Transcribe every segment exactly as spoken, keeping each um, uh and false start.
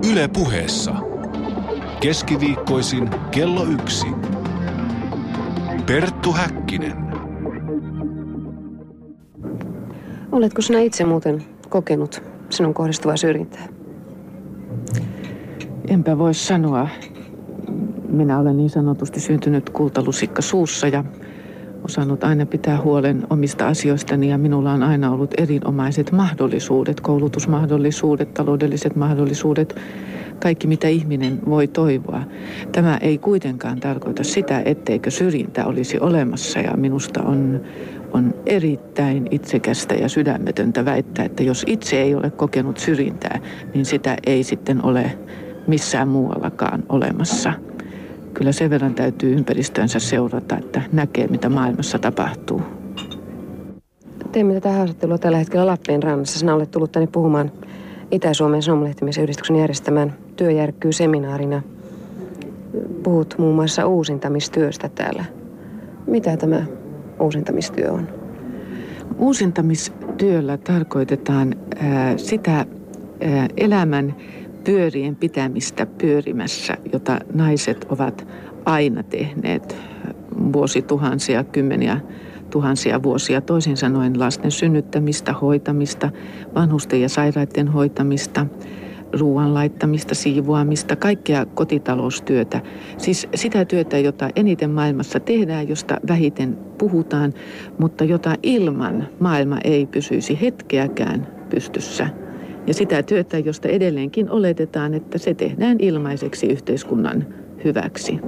Yle Puheessa. Keskiviikkoisin kello yksi. Perttu Häkkinen. Oletko sinä itse muuten kokenut sinun kohdistuvaa syrjintää? Enpä voi sanoa. Minä olen niin sanotusti syntynyt kultalusikka suussa ja osannut aina pitää huolen omista asioistani ja minulla on aina ollut erinomaiset mahdollisuudet, koulutusmahdollisuudet, taloudelliset mahdollisuudet, kaikki mitä ihminen voi toivoa. Tämä ei kuitenkaan tarkoita sitä, etteikö syrjintä olisi olemassa ja minusta on, on erittäin itsekästä ja sydämetöntä väittää, että jos itse ei ole kokenut syrjintää, niin sitä ei sitten ole missään muuallakaan olemassa. Kyllä sen verran täytyy ympäristöönsä seurata, että näkee, mitä maailmassa tapahtuu. Teemme tätä haastattelua tällä hetkellä Lappeenrannassa. Sinä olet tullut tänne puhumaan Itä-Suomen Sanomalehtimiesten yhdistyksen järjestämään työjärkkyy-seminaarina. Puhut muun muassa uusintamistyöstä täällä. Mitä tämä uusintamistyö on? Uusintamistyöllä tarkoitetaan ää, sitä ää, elämän pyörien pitämistä pyörimässä, jota naiset ovat aina tehneet vuosituhansia, kymmeniä tuhansia vuosia. Toisin sanoen lasten synnyttämistä, hoitamista, vanhusten ja sairaiden hoitamista, ruoan laittamista, siivoamista, kaikkea kotitaloustyötä. Siis sitä työtä, jota eniten maailmassa tehdään, josta vähiten puhutaan, mutta jota ilman maailma ei pysyisi hetkeäkään pystyssä. Ja sitä työtä, josta edelleenkin oletetaan, että se tehdään ilmaiseksi yhteiskunnan hyväksi.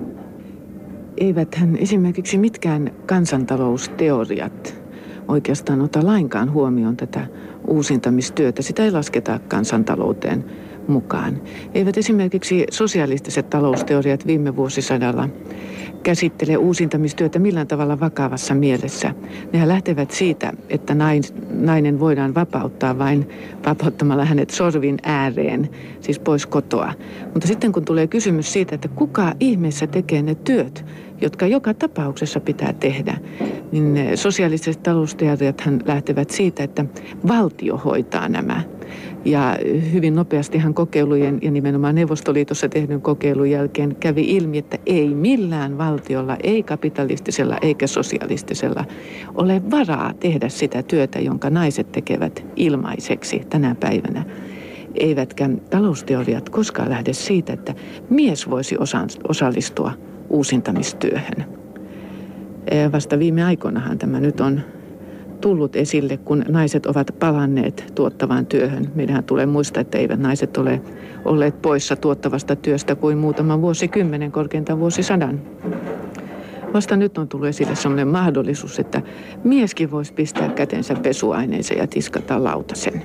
Eiväthän esimerkiksi mitkään kansantalousteoriat oikeastaan ota lainkaan huomioon tätä uusintamistyötä. Sitä ei lasketa kansantalouteen mukaan. Eivät esimerkiksi sosialistiset talousteoriat viime vuosisadalla käsittele uusintamistyötä millään tavalla vakavassa mielessä. Nehän lähtevät siitä, että nainen voidaan vapauttaa vain vapauttamalla hänet sorvin ääreen, siis pois kotoa. Mutta sitten kun tulee kysymys siitä, että kuka ihmeessä tekee ne työt, jotka joka tapauksessa pitää tehdä, niin sosiaaliset talousteoriathan lähtevät siitä, että valtio hoitaa nämä. Ja hyvin nopeastihan kokeilujen ja nimenomaan Neuvostoliitossa tehdyn kokeilun jälkeen kävi ilmi, että ei millään valtiolla, ei kapitalistisella eikä sosialistisella ole varaa tehdä sitä työtä, jonka naiset tekevät ilmaiseksi tänä päivänä. Eivätkä talousteoriat koskaan lähde siitä, että mies voisi osallistua uusintamistyöhön. Vasta viime aikoinahan tämä nyt on tullut esille, kun naiset ovat palanneet tuottavaan työhön. Meidän tulee muistaa, että eivät naiset ole olleet poissa tuottavasta työstä kuin muutaman vuosikymmenen, korkeintaan vuosisadan. Vasta nyt on tullut esille sellainen mahdollisuus, että mieskin voisi pistää kätensä pesuaineeseen ja tiskata lautasen.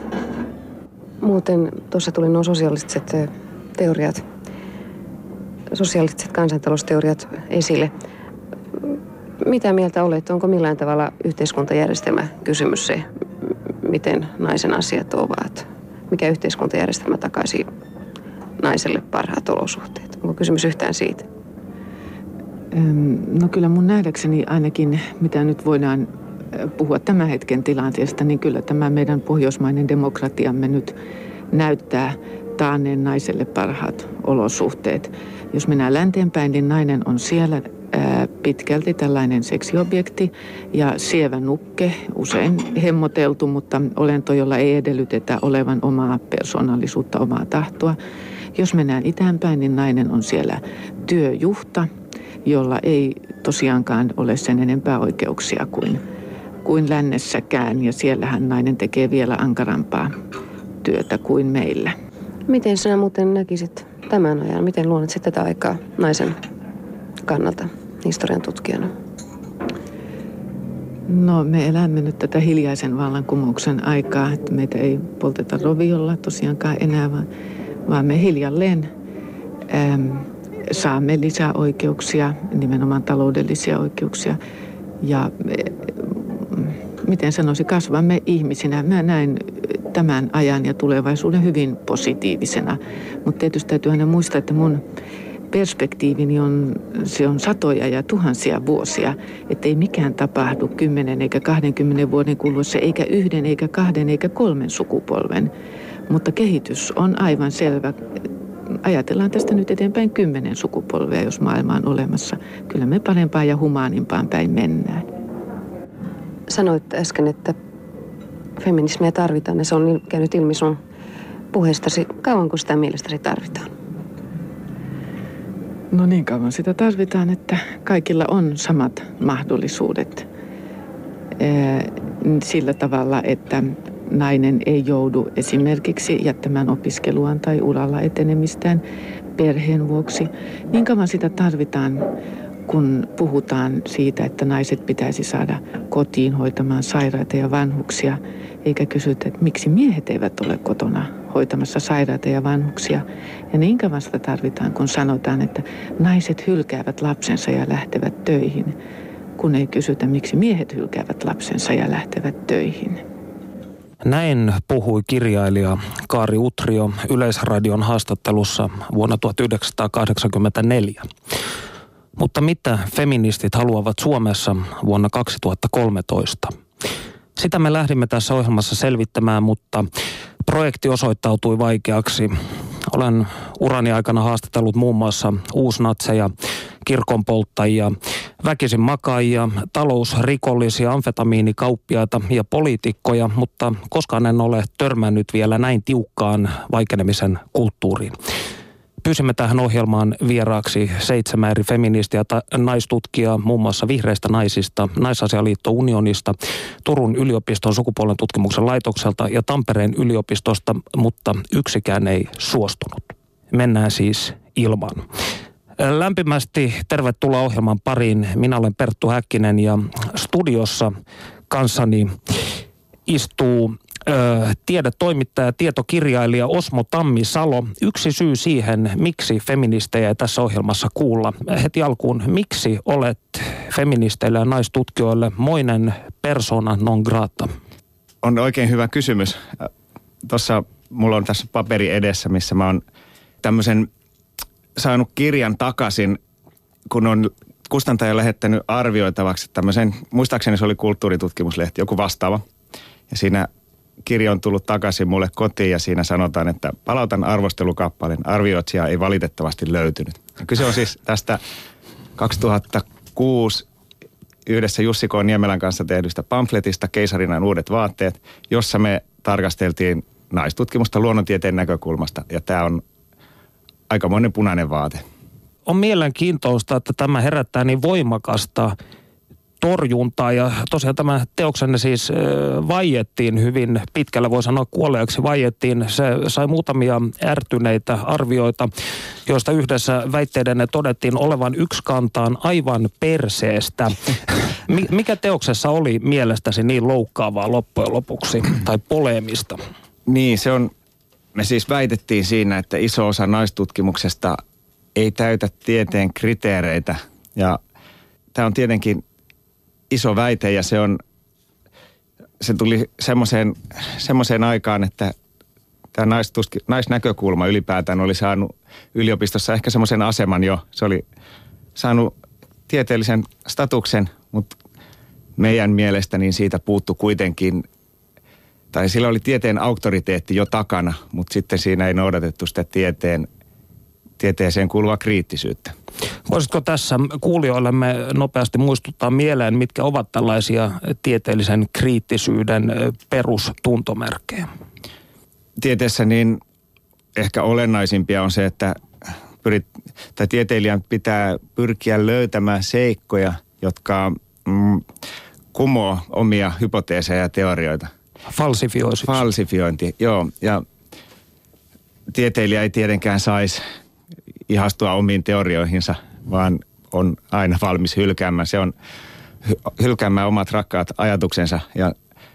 Muuten tuossa tuli nuo sosiaalistiset teoriat, sosiaalistiset kansantalousteoriat esille. Mitä mieltä olet? Onko millään tavalla yhteiskuntajärjestelmä kysymys se, miten naisen asiat ovat? Mikä yhteiskuntajärjestelmä takaisi naiselle parhaat olosuhteet? Onko kysymys yhtään siitä? No kyllä mun nähdäkseni ainakin, mitä nyt voidaan puhua tämän hetken tilanteesta, niin kyllä tämä meidän pohjoismainen demokratiamme nyt näyttää taanneen naiselle parhaat olosuhteet. Jos mennään länteenpäin, niin nainen on siellä pitkälti tällainen seksiobjekti ja sievä nukke, usein hemmoteltu, mutta olento, jolla ei edellytetä olevan omaa persoonallisuutta, omaa tahtoa. Jos mennään itäänpäin, niin nainen on siellä työjuhta, jolla ei tosiaankaan ole sen enempää oikeuksia kuin, kuin lännessäkään, ja siellähän nainen tekee vielä ankarampaa työtä kuin meillä. Miten sinä muuten näkisit tämän ajan? Miten luonnetsit tätä aikaa naisen kannalta historian tutkijana? No me elämme nyt tätä hiljaisen vallankumouksen aikaa, että meitä ei polteta roviolla tosiaankaan enää, vaan, vaan me hiljalleen äm, saamme lisää oikeuksia, nimenomaan taloudellisia oikeuksia. Ja äh, miten sanoisi, kasvamme ihmisinä. Mä näen tämän ajan ja tulevaisuuden hyvin positiivisena, mutta tietysti täytyy aina muistaa, että mun perspektiivini on, se on satoja ja tuhansia vuosia, ettei mikään tapahdu kymmenen eikä kahdenkymmenen vuoden kuluessa, eikä yhden eikä kahden eikä kolmen sukupolven. Mutta kehitys on aivan selvä. ajatellaan tästä nyt eteenpäin kymmenen sukupolvea, jos maailma on olemassa. Kyllä me parempaan ja humaanimpaan päin mennään. Sanoit äsken, että feminismiä tarvitaan ja se on käynyt ilmi sun puheestasi. Kauanko sitä mielestäsi tarvitaan? No niin kauan sitä tarvitaan, että kaikilla on samat mahdollisuudet sillä tavalla, että nainen ei joudu esimerkiksi jättämään opiskeluaan tai uralla etenemistään perheen vuoksi. Niin kauan sitä tarvitaan, kun puhutaan siitä, että naiset pitäisi saada kotiin hoitamaan sairaita ja vanhuksia, eikä kysytä, että miksi miehet eivät ole kotona hoitamassa sairaita ja vanhuksia. Ja niin kauan sitä tarvitaan, kun sanotaan, että naiset hylkäävät lapsensa ja lähtevät töihin, kun ei kysytä, miksi miehet hylkäävät lapsensa ja lähtevät töihin. Näin puhui kirjailija Kaari Utrio Yleisradion haastattelussa vuonna tuhatyhdeksänsataakahdeksankymmentäneljä. Mutta mitä feministit haluavat Suomessa vuonna kaksituhattakolmetoista? Sitä me lähdimme tässä ohjelmassa selvittämään, mutta projekti osoittautui vaikeaksi. Olen urani aikana haastatellut muun muassa uusnatseja, kirkonpolttajia, väkisin makaajia, talousrikollisia, amfetamiinikauppiaita ja poliitikkoja, mutta koskaan en ole törmännyt vielä näin tiukkaan vaikenemisen kulttuuriin. Pyysimme tähän ohjelmaan vieraaksi seitsemän eri feministiä ja naistutkijaa, muun muassa Vihreistä naisista, Naisasialiitto Unionista, Turun yliopiston sukupuolen tutkimuksen laitokselta ja Tampereen yliopistosta, mutta yksikään ei suostunut. Mennään siis ilmaan. Lämpimästi tervetuloa ohjelman pariin. Minä olen Perttu Häkkinen ja studiossa kanssani istuu ö, tiedetoimittaja, tietokirjailija Osmo Tammisalo. Yksi syy siihen, miksi feministejä ei tässä ohjelmassa kuulla. Heti alkuun, miksi olet feministeille ja naistutkijoille moinen persona non grata? On oikein hyvä kysymys. Tuossa mulla on tässä paperi edessä, missä mä oon tämmöisen saanut kirjan takaisin, kun on kustantaja lähettänyt arvioitavaksi tämmöisen, muistaakseni se oli kulttuuritutkimuslehti, joku vastaava. Ja siinä kirja on tullut takaisin mulle kotiin ja siinä sanotaan, että palautan arvostelukappaleen, arvioitsija ei valitettavasti löytynyt. Ja kyse on siis tästä kaksituhattakuusi yhdessä Jussi K. Niemelän kanssa tehdystä pamfletista Keisarinan uudet vaatteet, jossa me tarkasteltiin naistutkimusta luonnontieteen näkökulmasta ja tämä on aikamoinen punainen vaate. On mielenkiintoista, että tämä herättää niin voimakasta torjuntaa ja tosiaan tämä teoksenne siis vaiettiin hyvin pitkällä, voi sanoa kuolleeksi vaiettiin. Se sai muutamia ärtyneitä arvioita, joista yhdessä väitteidenne todettiin olevan yksikantaan aivan perseestä. Mikä teoksessa oli mielestäsi niin loukkaavaa loppujen lopuksi tai poleemista? Niin, se on, me siis väitettiin siinä, että iso osa naistutkimuksesta ei täytä tieteen kriteereitä ja tämä on tietenkin iso väite ja se on, se tuli semmoiseen, semmoiseen aikaan, että tämä naistutki, naisnäkökulma ylipäätään oli saanut yliopistossa ehkä semmoisen aseman jo. Se oli saanut tieteellisen statuksen, mutta meidän mielestä niin siitä puuttu kuitenkin, tai sillä oli tieteen auktoriteetti jo takana, mutta sitten siinä ei noudatettu sitä tieteen, tieteeseen kuuluvaa kriittisyyttä. Voisitko tässä kuulijoillemme nopeasti muistuttaa mieleen, mitkä ovat tällaisia tieteellisen kriittisyyden perustuntomerkkejä? Tieteessä niin ehkä olennaisimpia on se, että pyrit, tai tieteilijän pitää pyrkiä löytämään seikkoja, jotka mm, kumoo omia hypoteeseja ja teorioita. Falsifioisi. Falsifiointi, joo. Ja tieteilijä ei tietenkään saisi ihastua omiin teorioihinsa, vaan on aina valmis hylkäämään. Se on hylkäämään omat rakkaat ajatuksensa ja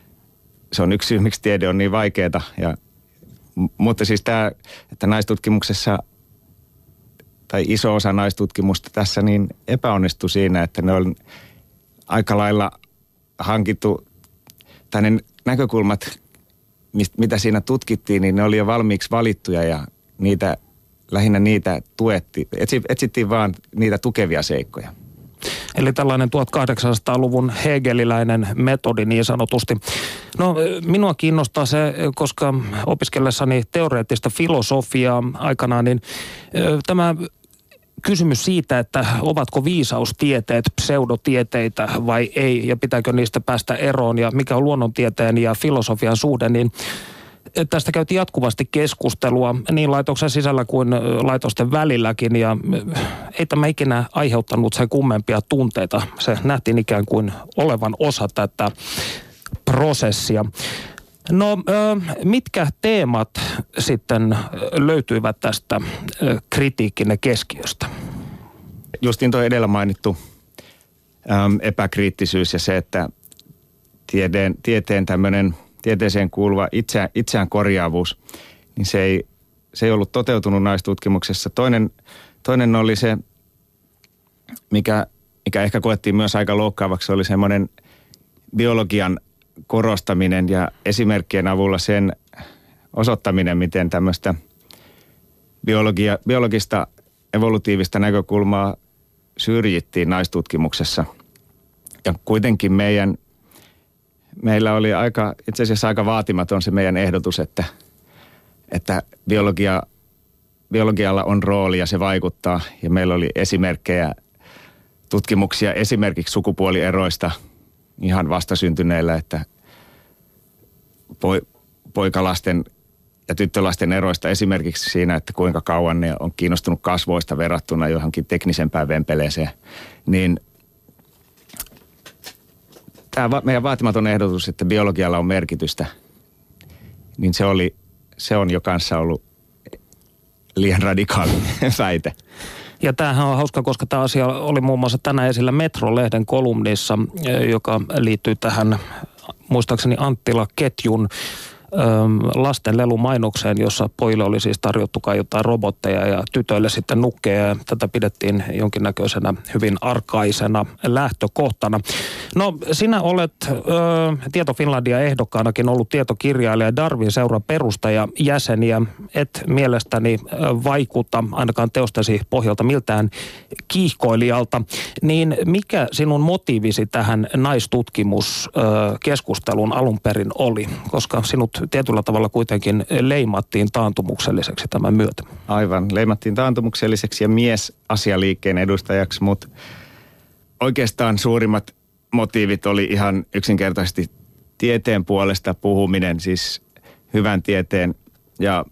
se on yksi syy, miksi tiede on niin vaikeaa. Ja, mutta siis tämä, että naistutkimuksessa tai iso osa naistutkimusta tässä niin epäonnistui siinä, että ne on aika lailla hankittu, tai ne näkökulmat, mitä siinä tutkittiin, niin ne oli jo valmiiksi valittuja ja niitä lähinnä niitä tuettiin, etsittiin vaan niitä tukevia seikkoja. Eli tällainen tuhatkahdeksansataaluvun hegeliläinen metodi niin sanotusti. No minua kiinnostaa se, koska opiskellessani teoreettista filosofiaa aikanaan, niin tämä kysymys siitä, että ovatko viisaustieteet pseudotieteitä vai ei ja pitääkö niistä päästä eroon ja mikä on luonnontieteen ja filosofian suhde, niin tästä käytiin jatkuvasti keskustelua niin laitoksen sisällä kuin laitosten välilläkin ja ei tämä ikinä aiheuttanut sen kummempia tunteita. Se nähtiin ikään kuin olevan osa tätä prosessia. No mitkä teemat sitten löytyivät tästä kritiikkinne keskiöstä? Justiin tuo edellä mainittu äm, epäkriittisyys ja se, että tieteen, tieteen tämmöinen tieteeseen kuuluva itseään, itseään korjaavuus, niin se ei, se ei ollut toteutunut naistutkimuksessa. Toinen, toinen oli se, mikä, mikä ehkä koettiin myös aika loukkaavaksi, oli semmoinen biologian korostaminen ja esimerkkien avulla sen osoittaminen, miten tämmöistä biologia, biologista evolutiivista näkökulmaa syrjittiin naistutkimuksessa. Ja kuitenkin meidän, meillä oli aika, itse asiassa aika vaatimaton se meidän ehdotus, että, että biologia, biologialla on rooli ja se vaikuttaa. Ja meillä oli esimerkkejä, tutkimuksia esimerkiksi sukupuolieroista ihan vastasyntyneillä, että poikalasten ja tyttölasten eroista esimerkiksi siinä, että kuinka kauan ne on kiinnostunut kasvoista verrattuna johonkin teknisempään vempeleeseen, niin tämä meidän vaatimaton ehdotus, että biologialla on merkitystä, niin se, oli, se on jo kanssa ollut liian radikaali väite. Ja tämähän on hauska, koska tämä asia oli muun muassa tänään esillä Metro-lehden kolumnissa, joka liittyy tähän muistaakseni Anttila-ketjun lasten lelumainokseen, jossa pojille oli siis tarjottu kai jotain robotteja ja tytöille sitten nukkeja. Tätä pidettiin jonkinnäköisenä hyvin arkaisena lähtökohtana. No sinä olet ö, Tieto Finlandia ehdokkaanakin ollut tietokirjailija, Darwin seuran perustaja jäseniä. Et mielestäni vaikuta ainakaan teostasi pohjalta miltään kiihkoilijalta. Niin mikä sinun motiivisi tähän naistutkimuskeskusteluun alun perin oli? Koska sinut tietyllä tavalla kuitenkin leimattiin taantumukselliseksi tämän myötä. Aivan, leimattiin taantumukselliseksi ja miesasialiikkeen edustajaksi, mutta oikeastaan suurimmat motiivit oli ihan yksinkertaisesti tieteen puolesta puhuminen, siis hyvän tieteen. Ja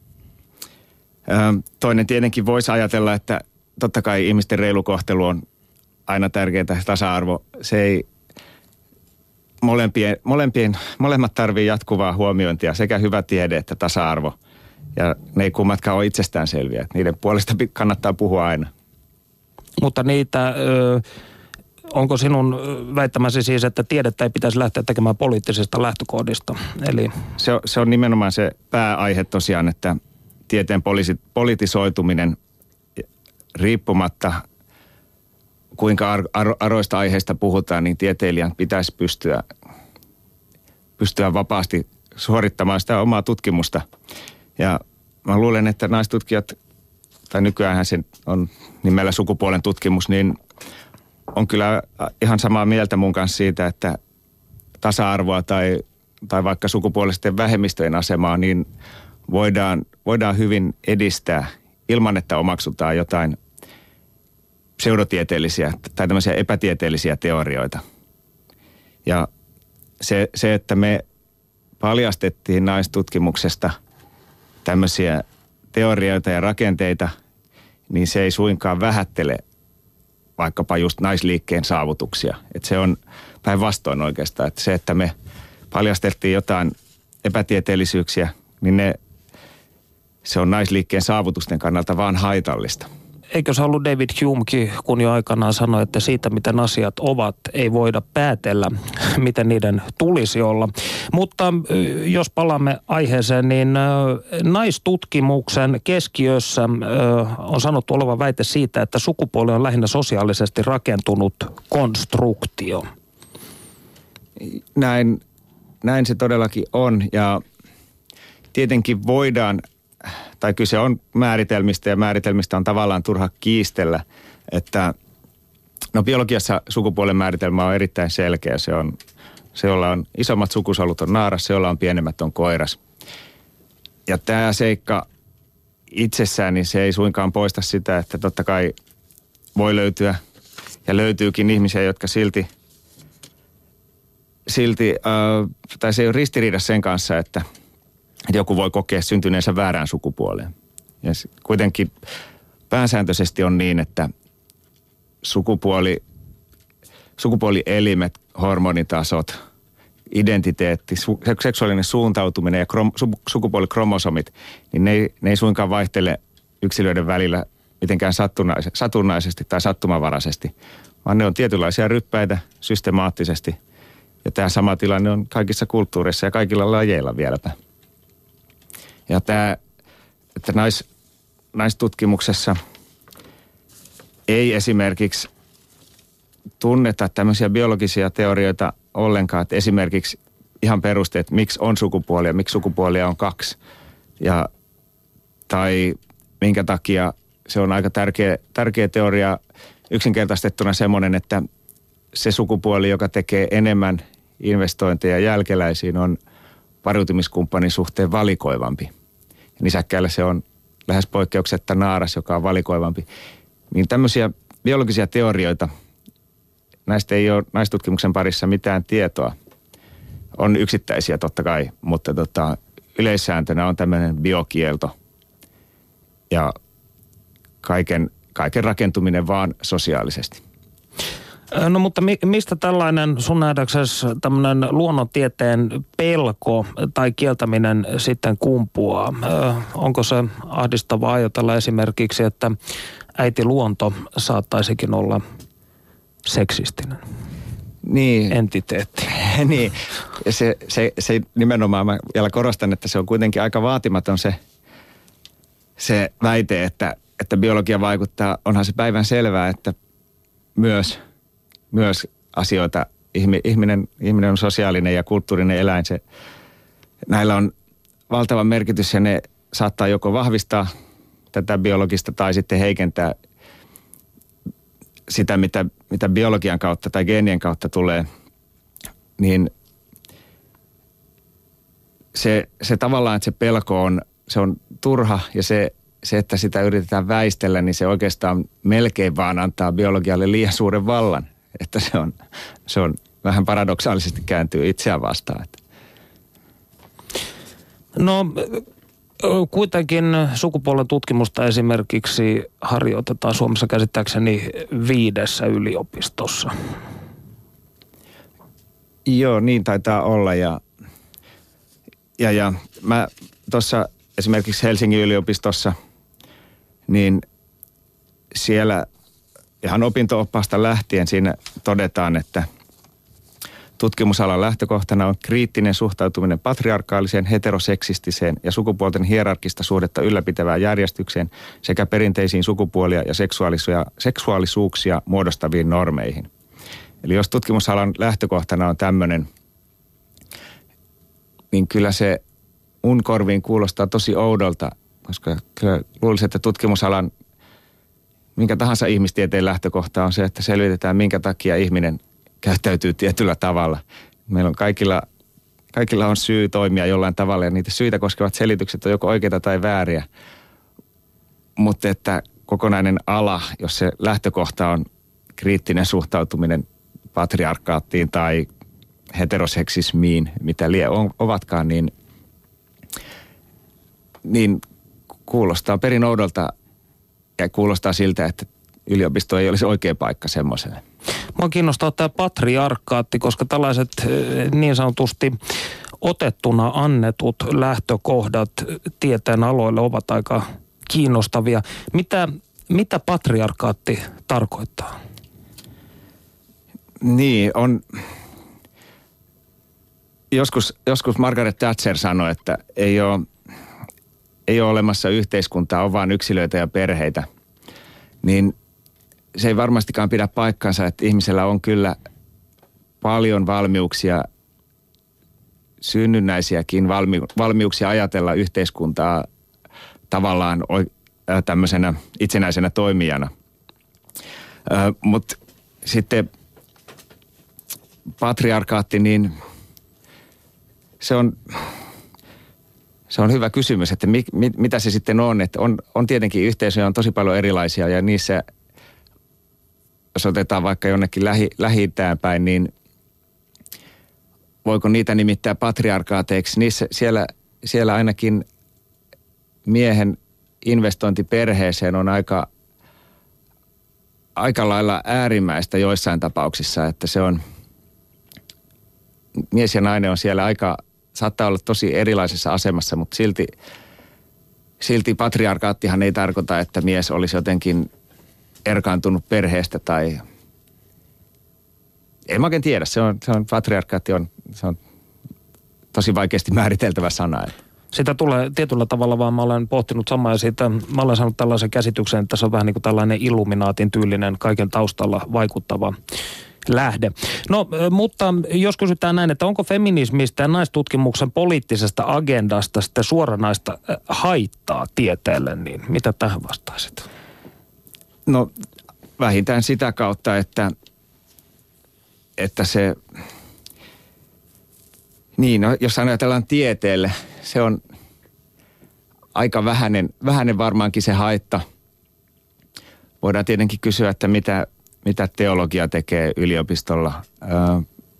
ä, toinen tietenkin voisi ajatella, että totta kai ihmisten reilu kohtelu on aina tärkeää, tasa-arvo. Se ei Molempien, molempien, molemmat tarvii jatkuvaa huomiointia, sekä hyvä tiede että tasa-arvo. Ja ne ei kummatkaan ole itsestäänselviä. Niiden puolesta kannattaa puhua aina. Mutta niitä, ö, onko sinun väittämäsi siis, että tiedettä ei pitäisi lähteä tekemään poliittisesta lähtökohdista? Eli se, se on nimenomaan se pääaihe tosiaan, että tieteen poliisi, politisoituminen riippumatta kuinka ar- ar- aroista aiheista puhutaan, niin tieteilijän pitäisi pystyä, pystyä vapaasti suorittamaan sitä omaa tutkimusta. Ja mä luulen, että naistutkijat, tai nykyäänhän se on nimellä sukupuolen tutkimus, niin on kyllä ihan samaa mieltä mun kanssa siitä, että tasa-arvoa tai, tai vaikka sukupuolisten vähemmistöjen asemaa, niin voidaan, voidaan hyvin edistää ilman, että omaksutaan jotain pseudotieteellisiä tai tämmöisiä epätieteellisiä teorioita. Ja se, se, että me paljastettiin naistutkimuksesta tämmöisiä teorioita ja rakenteita, niin se ei suinkaan vähättele vaikkapa just naisliikkeen saavutuksia. Että se on päinvastoin oikeastaan, että se, että me paljastettiin jotain epätieteellisyyksiä, niin ne, se on naisliikkeen saavutusten kannalta vaan haitallista. Eikö se ollut David Humekin, kun jo aikanaan sanoi, että siitä, miten asiat ovat, ei voida päätellä, miten niiden tulisi olla. Mutta jos palaamme aiheeseen, niin naistutkimuksen keskiössä on sanottu olevan väite siitä, että sukupuoli on lähinnä sosiaalisesti rakentunut konstruktio. Näin, näin se todellakin on, ja tietenkin voidaan, tai kyse on määritelmistä, ja määritelmistä on tavallaan turha kiistellä, että No biologiassa sukupuolen määritelmä on erittäin selkeä. Se on, se jolla on isommat sukusolut on naaras, se jolla on pienemmät on koiras. Ja tämä seikka itsessään, niin se ei suinkaan poista sitä, että totta kai voi löytyä ja löytyykin ihmisiä, jotka silti, silti äh, tai se ei ole ristiriidassa sen kanssa, että joku voi kokea syntyneensä väärään sukupuoleen. Ja kuitenkin pääsääntöisesti on niin, että sukupuoli, sukupuolielimet, hormonitasot, identiteetti, su, seksuaalinen suuntautuminen ja krom, su, sukupuolikromosomit, niin ne ei, ne ei suinkaan vaihtele yksilöiden välillä mitenkään satunnaisesti tai sattumavaraisesti, vaan ne on tietynlaisia ryppäitä systemaattisesti. Ja tämä sama tilanne on kaikissa kulttuureissa ja kaikilla lajeilla vieläpä. Ja tämä, että nais, naistutkimuksessa ei esimerkiksi tunneta tämmöisiä biologisia teorioita ollenkaan, että esimerkiksi ihan perusteet, miksi on sukupuolia, miksi sukupuolia on kaksi, ja, tai minkä takia se on aika tärkeä, tärkeä teoria yksinkertaistettuna semmoinen, että se sukupuoli, joka tekee enemmän investointeja jälkeläisiin, on pariutumiskumppanin suhteen valikoivampi. Ja nisäkkäällä se on lähes poikkeuksetta naaras, joka on valikoivampi. Niin tämmöisiä biologisia teorioita, näistä ei ole naistutkimuksen parissa mitään tietoa. On yksittäisiä totta kai, mutta tota, yleissääntönä on tämmöinen biokielto ja kaiken, kaiken rakentuminen vaan sosiaalisesti. No mutta mi- mistä tällainen sun nähdäksesi tämmöinen luonnontieteen pelko tai kieltäminen sitten kumpuaa? Ö, onko se ahdistavaa ajatella esimerkiksi, että äiti luonto saattaisikin olla seksistinen niin. entiteetti? Niin, se, se, se nimenomaan, mä vielä korostan, että se on kuitenkin aika vaatimaton se, se väite, että, että biologia vaikuttaa. Onhan se päivän selvää, että myös, myös asioita, ihminen, ihminen on sosiaalinen ja kulttuurinen eläin. Se, näillä on valtava merkitys ja ne saattaa joko vahvistaa tätä biologista tai sitten heikentää sitä, mitä, mitä biologian kautta tai geenien kautta tulee, niin se, se tavallaan, että se pelko on, se on turha ja se, se, että sitä yritetään väistellä, niin se oikeastaan melkein vaan antaa biologialle liian suuren vallan. Että se on, se on vähän paradoksaalisesti kääntyy itseään vastaan. No kuitenkin sukupuolen tutkimusta esimerkiksi harjoitetaan Suomessa käsittääkseni viidessä yliopistossa. Joo, niin taitaa olla ja, ja, ja mä tuossa esimerkiksi Helsingin yliopistossa, niin siellä ihan opinto-oppaasta lähtien siinä todetaan, että tutkimusalan lähtökohtana on kriittinen suhtautuminen patriarkaaliseen, heteroseksistiseen ja sukupuolten hierarkista suhdetta ylläpitävään järjestykseen sekä perinteisiin sukupuolia ja seksuaalisuuksia muodostaviin normeihin. Eli jos tutkimusalan lähtökohtana on tämmöinen, niin kyllä se mun korviin kuulostaa tosi oudolta, koska kyllä luulisin, että tutkimusalan minkä tahansa ihmistieteen lähtökohta on se, että selvitetään minkä takia ihminen käyttäytyy tietyllä tavalla. Meillä on kaikilla, kaikilla on syy toimia jollain tavalla ja niitä syitä koskevat selitykset on joko oikeita tai vääriä. Mutta että kokonainen ala, jos se lähtökohta on kriittinen suhtautuminen patriarkaattiin tai heteroseksismiin, mitä lie ovatkaan, niin, niin kuulostaa perin oudolta ja kuulostaa siltä, että yliopisto ei olisi oikea paikka semmoiselle. Mua kiinnostaa tämä patriarkaatti, koska tällaiset niin sanotusti otettuna annetut lähtökohdat tieteen aloille ovat aika kiinnostavia. Mitä, mitä patriarkaatti tarkoittaa? Niin, on... Joskus, joskus Margaret Thatcher sanoi, että ei ole, ei ole olemassa yhteiskuntaa, on vaan yksilöitä ja perheitä. Niin se ei varmastikaan pidä paikkansa, että ihmisellä on kyllä paljon valmiuksia, synnynnäisiäkin valmi, valmiuksia ajatella yhteiskuntaa tavallaan tämmöisenä itsenäisenä toimijana. Mutta sitten patriarkaatti, niin se on, se on hyvä kysymys, että mi, mi, mitä se sitten on. Että on, on tietenkin yhteisöjä, on tosi paljon erilaisia ja niissä, jos otetaan vaikka jonnekin lähi, lähi-itään päin, niin voiko niitä nimittää patriarkaateiksi? Niissä, siellä, siellä ainakin miehen investointi perheeseen on aika, aika lailla äärimmäistä joissain tapauksissa, että se on, mies ja nainen on siellä aika, saattaa olla tosi erilaisessa asemassa, mutta silti, silti patriarkaattihan ei tarkoita, että mies olisi jotenkin erkaantunut perheestä tai, en mä oikein tiedä, se on, se on patriarkaatti on, se on tosi vaikeasti määriteltävä sana. Sitä tulee tietyllä tavalla, vaan mä olen pohtinut samaa ja siitä mä olen saanut tällaisen käsityksen, että se on vähän niin kuin tällainen Illuminaatin tyylinen kaiken taustalla vaikuttava lähde. No, mutta jos kysytään näin, että onko feminismistä ja naistutkimuksen poliittisesta agendasta sitten suoranaista haittaa tieteelle, niin mitä tähän vastaisit? No, vähintään sitä kautta, että, että se, niin, no, jos ajatellaan tieteelle, se on aika vähäinen, vähäinen varmaankin se haitta. Voidaan tietenkin kysyä, että mitä, mitä teologia tekee yliopistolla. Öö,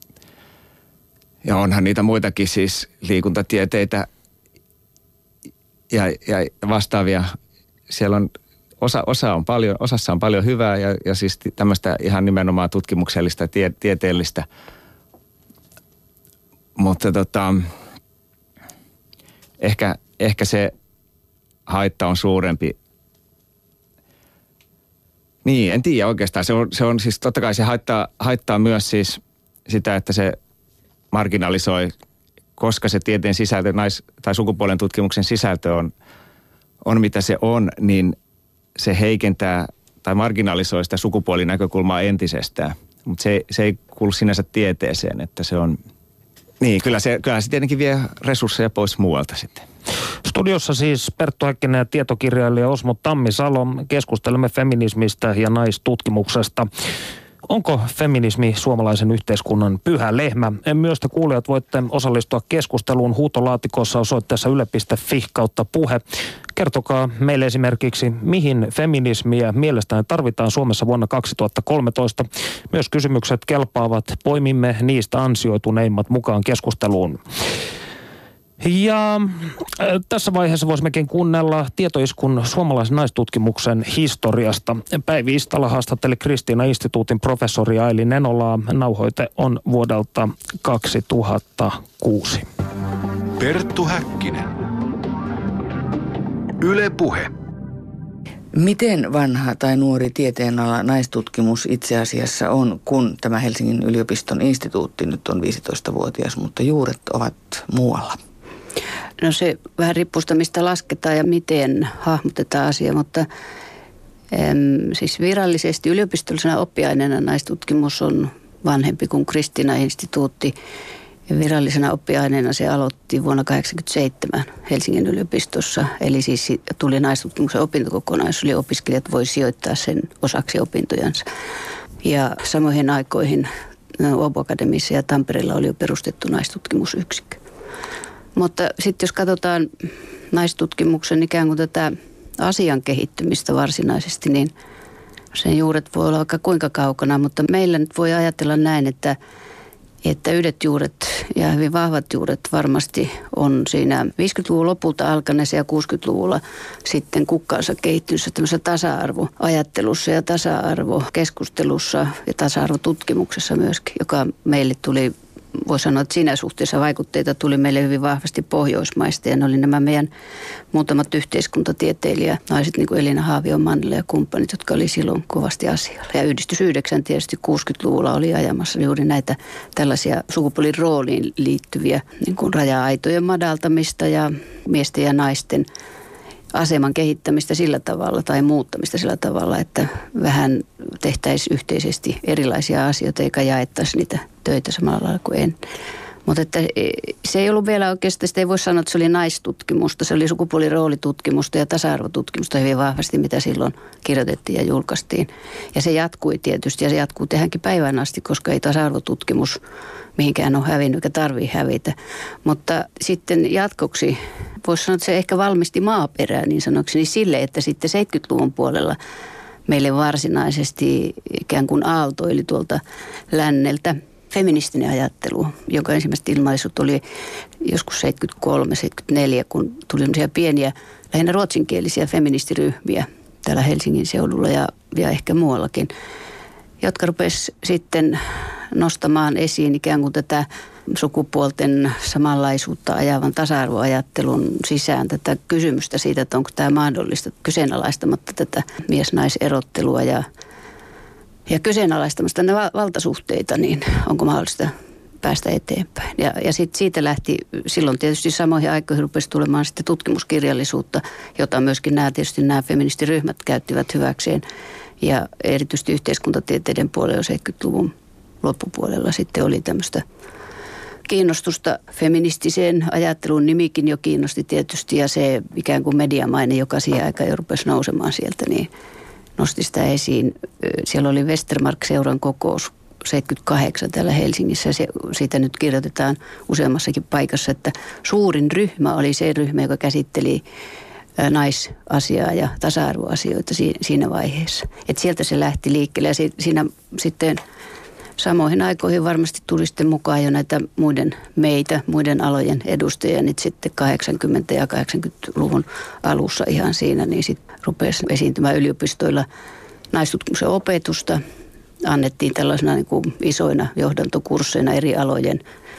ja onhan niitä muitakin siis liikuntatieteitä ja, ja vastaavia. Siellä on osa, osa on paljon, osassa on paljon hyvää ja, ja siis tämmöistä ihan nimenomaan tutkimuksellista, tie, tieteellistä. Mutta tota, ehkä, ehkä se haitta on suurempi. Niin, en tiedä oikeastaan. Se on, se on siis, totta kai se haittaa, haittaa myös siis sitä, että se marginalisoi, koska se tieteen sisältö, nais- tai sukupuolen tutkimuksen sisältö on, on mitä se on, niin se heikentää tai marginalisoi sitä sukupuolinäkökulmaa entisestään. Mutta se, se ei kuulu sinänsä tieteeseen, että se on, niin kyllä se, kyllä se tietenkin vie resursseja pois muualta sitten. Studiossa siis Perttu Häkkinen ja tietokirjailija Osmo Tammisalo. Keskustelemme feminismistä ja naistutkimuksesta. Onko feminismi suomalaisen yhteiskunnan pyhä lehmä? Myös te kuulijat voitte osallistua keskusteluun huutolaatikossa osoitteessa yle piste fi kautta puhe. Kertokaa meille esimerkiksi, mihin feminismiä mielestäni tarvitaan Suomessa vuonna kaksituhattakolmetoista. Myös kysymykset kelpaavat. Poimimme niistä ansioituneimmat mukaan keskusteluun. Ja äh, tässä vaiheessa voisimmekin kuunnella tietoiskun suomalaisen naistutkimuksen historiasta. Päivi Istala haastatteli Kristiina Instituutin professori Aili Nenolaa. Nauhoite on vuodelta kaksituhattakuusi. Perttu Häkkinen. Yle Puhe. Miten vanha tai nuori tieteenala naistutkimus itse asiassa on, kun tämä Helsingin yliopiston instituutti nyt on viisitoistavuotias, mutta juuret ovat muualla? No se vähän riippuu sitä, mistä lasketaan ja miten hahmotetaan asia, mutta äm, siis virallisesti yliopistollisena oppiaineena naistutkimus on vanhempi kuin Kristiina Instituutti. Ja virallisena oppiaineena se aloitti vuonna tuhatyhdeksänsataakahdeksankymmentäseitsemän Helsingin yliopistossa. Eli siis tuli naistutkimuksen opintokokonaisuus, eli opiskelijat voi sijoittaa sen osaksi opintojansa. Ja samoihin aikoihin Åbo Akademiassa ja Tampereella oli jo perustettu naistutkimusyksikkö. Mutta sitten jos katsotaan naistutkimuksen ikään kuin tätä asian kehittymistä varsinaisesti, niin sen juuret voi olla aika kuinka kaukana, mutta meillä nyt voi ajatella näin, että, että yhdet juuret ja hyvin vahvat juuret varmasti on siinä viisikymmentäluvun lopulta alkaneessa ja kuusikymmentäluvulla sitten kukkaansa kehittyneessä tämmöisessä tasa-arvoajattelussa ja tasa-arvokeskustelussa ja tasa-arvotutkimuksessa myöskin, joka meille tuli, voi sanoa, että siinä suhteessa vaikutteita tuli meille hyvin vahvasti Pohjoismaista ja ne oli nämä meidän muutamat yhteiskuntatieteilijät, naiset niin kuin Elina Haavio-Mannila ja kumppanit, jotka oli silloin kovasti asialla. Ja Yhdistys yhdeksän tietysti kuusikymmentäluvulla oli ajamassa juuri näitä tällaisia sukupuolin rooliin liittyviä niin kuin raja-aitojen madaltamista ja miesten ja naisten aseman kehittämistä sillä tavalla tai muuttamista sillä tavalla, että vähän tehtäisiin yhteisesti erilaisia asioita eikä jaettaisi niitä töitä samalla lailla kuin en. Mutta että se ei ollut vielä oikeastaan, sitä ei voi sanoa, että se oli naistutkimusta, se oli sukupuoliroolitutkimusta ja tasa-arvotutkimusta hyvin vahvasti, mitä silloin kirjoitettiin ja julkaistiin. Ja se jatkui tietysti ja se jatkuu tähänkin päivään asti, koska ei tasa-arvotutkimus mihinkään ole hävinnyt eikä tarvii hävitä. Mutta sitten jatkoksi voisi sanoa, että se ehkä valmisti maaperää niin sanokseni sille, että sitten seitsemänkymmentäluvun puolella meille varsinaisesti ikään kuin aaltoili tuolta länneltä feministinen ajattelu, jonka ensimmäiset ilmaisut oli joskus seitsemänkymmentäkolme seitsemänkymmentäneljä, kun tuli pieniä, lähinnä ruotsinkielisiä feministiryhmiä täällä Helsingin seudulla ja, ja ehkä muuallakin, jotka rupesi sitten nostamaan esiin ikään kuin tätä sukupuolten samanlaisuutta ajavan tasa-arvoajattelun sisään tätä kysymystä siitä, että onko tämä mahdollista kyseenalaistamatta tätä mies-naiserottelua ja Ja kyseenalaistamasta ne valtasuhteita, niin onko mahdollista päästä eteenpäin. Ja, ja sit siitä lähti, silloin tietysti samoihin aikoihin rupesi tulemaan sitten tutkimuskirjallisuutta, jota myöskin nämä, tietysti nämä feministiryhmät käyttivät hyväkseen. Ja erityisesti yhteiskuntatieteiden puolella seitsemänkymmentäluvun loppupuolella sitten oli tämmöistä kiinnostusta feministiseen ajatteluun. Nimikin jo kiinnosti tietysti ja se ikään kuin mediamaine, joka siihen aikaan jo rupesi nousemaan sieltä, niin nosti sitä esiin. Siellä oli Westermark-seuran kokous seitsemänkymmentäkahdeksan täällä Helsingissä. Se, siitä nyt kirjoitetaan useammassakin paikassa, että suurin ryhmä oli se ryhmä, joka käsitteli naisasiaa ja tasa-arvoasioita siinä vaiheessa. Et sieltä se lähti liikkeelle ja siinä sitten samoihin aikoihin varmasti tuli sitten mukaan jo näitä muiden meitä, muiden alojen edustajia, niin sitten kahdeksankymmentä- ja kahdeksankymmentäluvun alussa ihan siinä, niin sitten rupesi esiintymään yliopistoilla naistutkimuksen opetusta. Annettiin tällaisena niin kuin isoina johdantokursseina eri alojen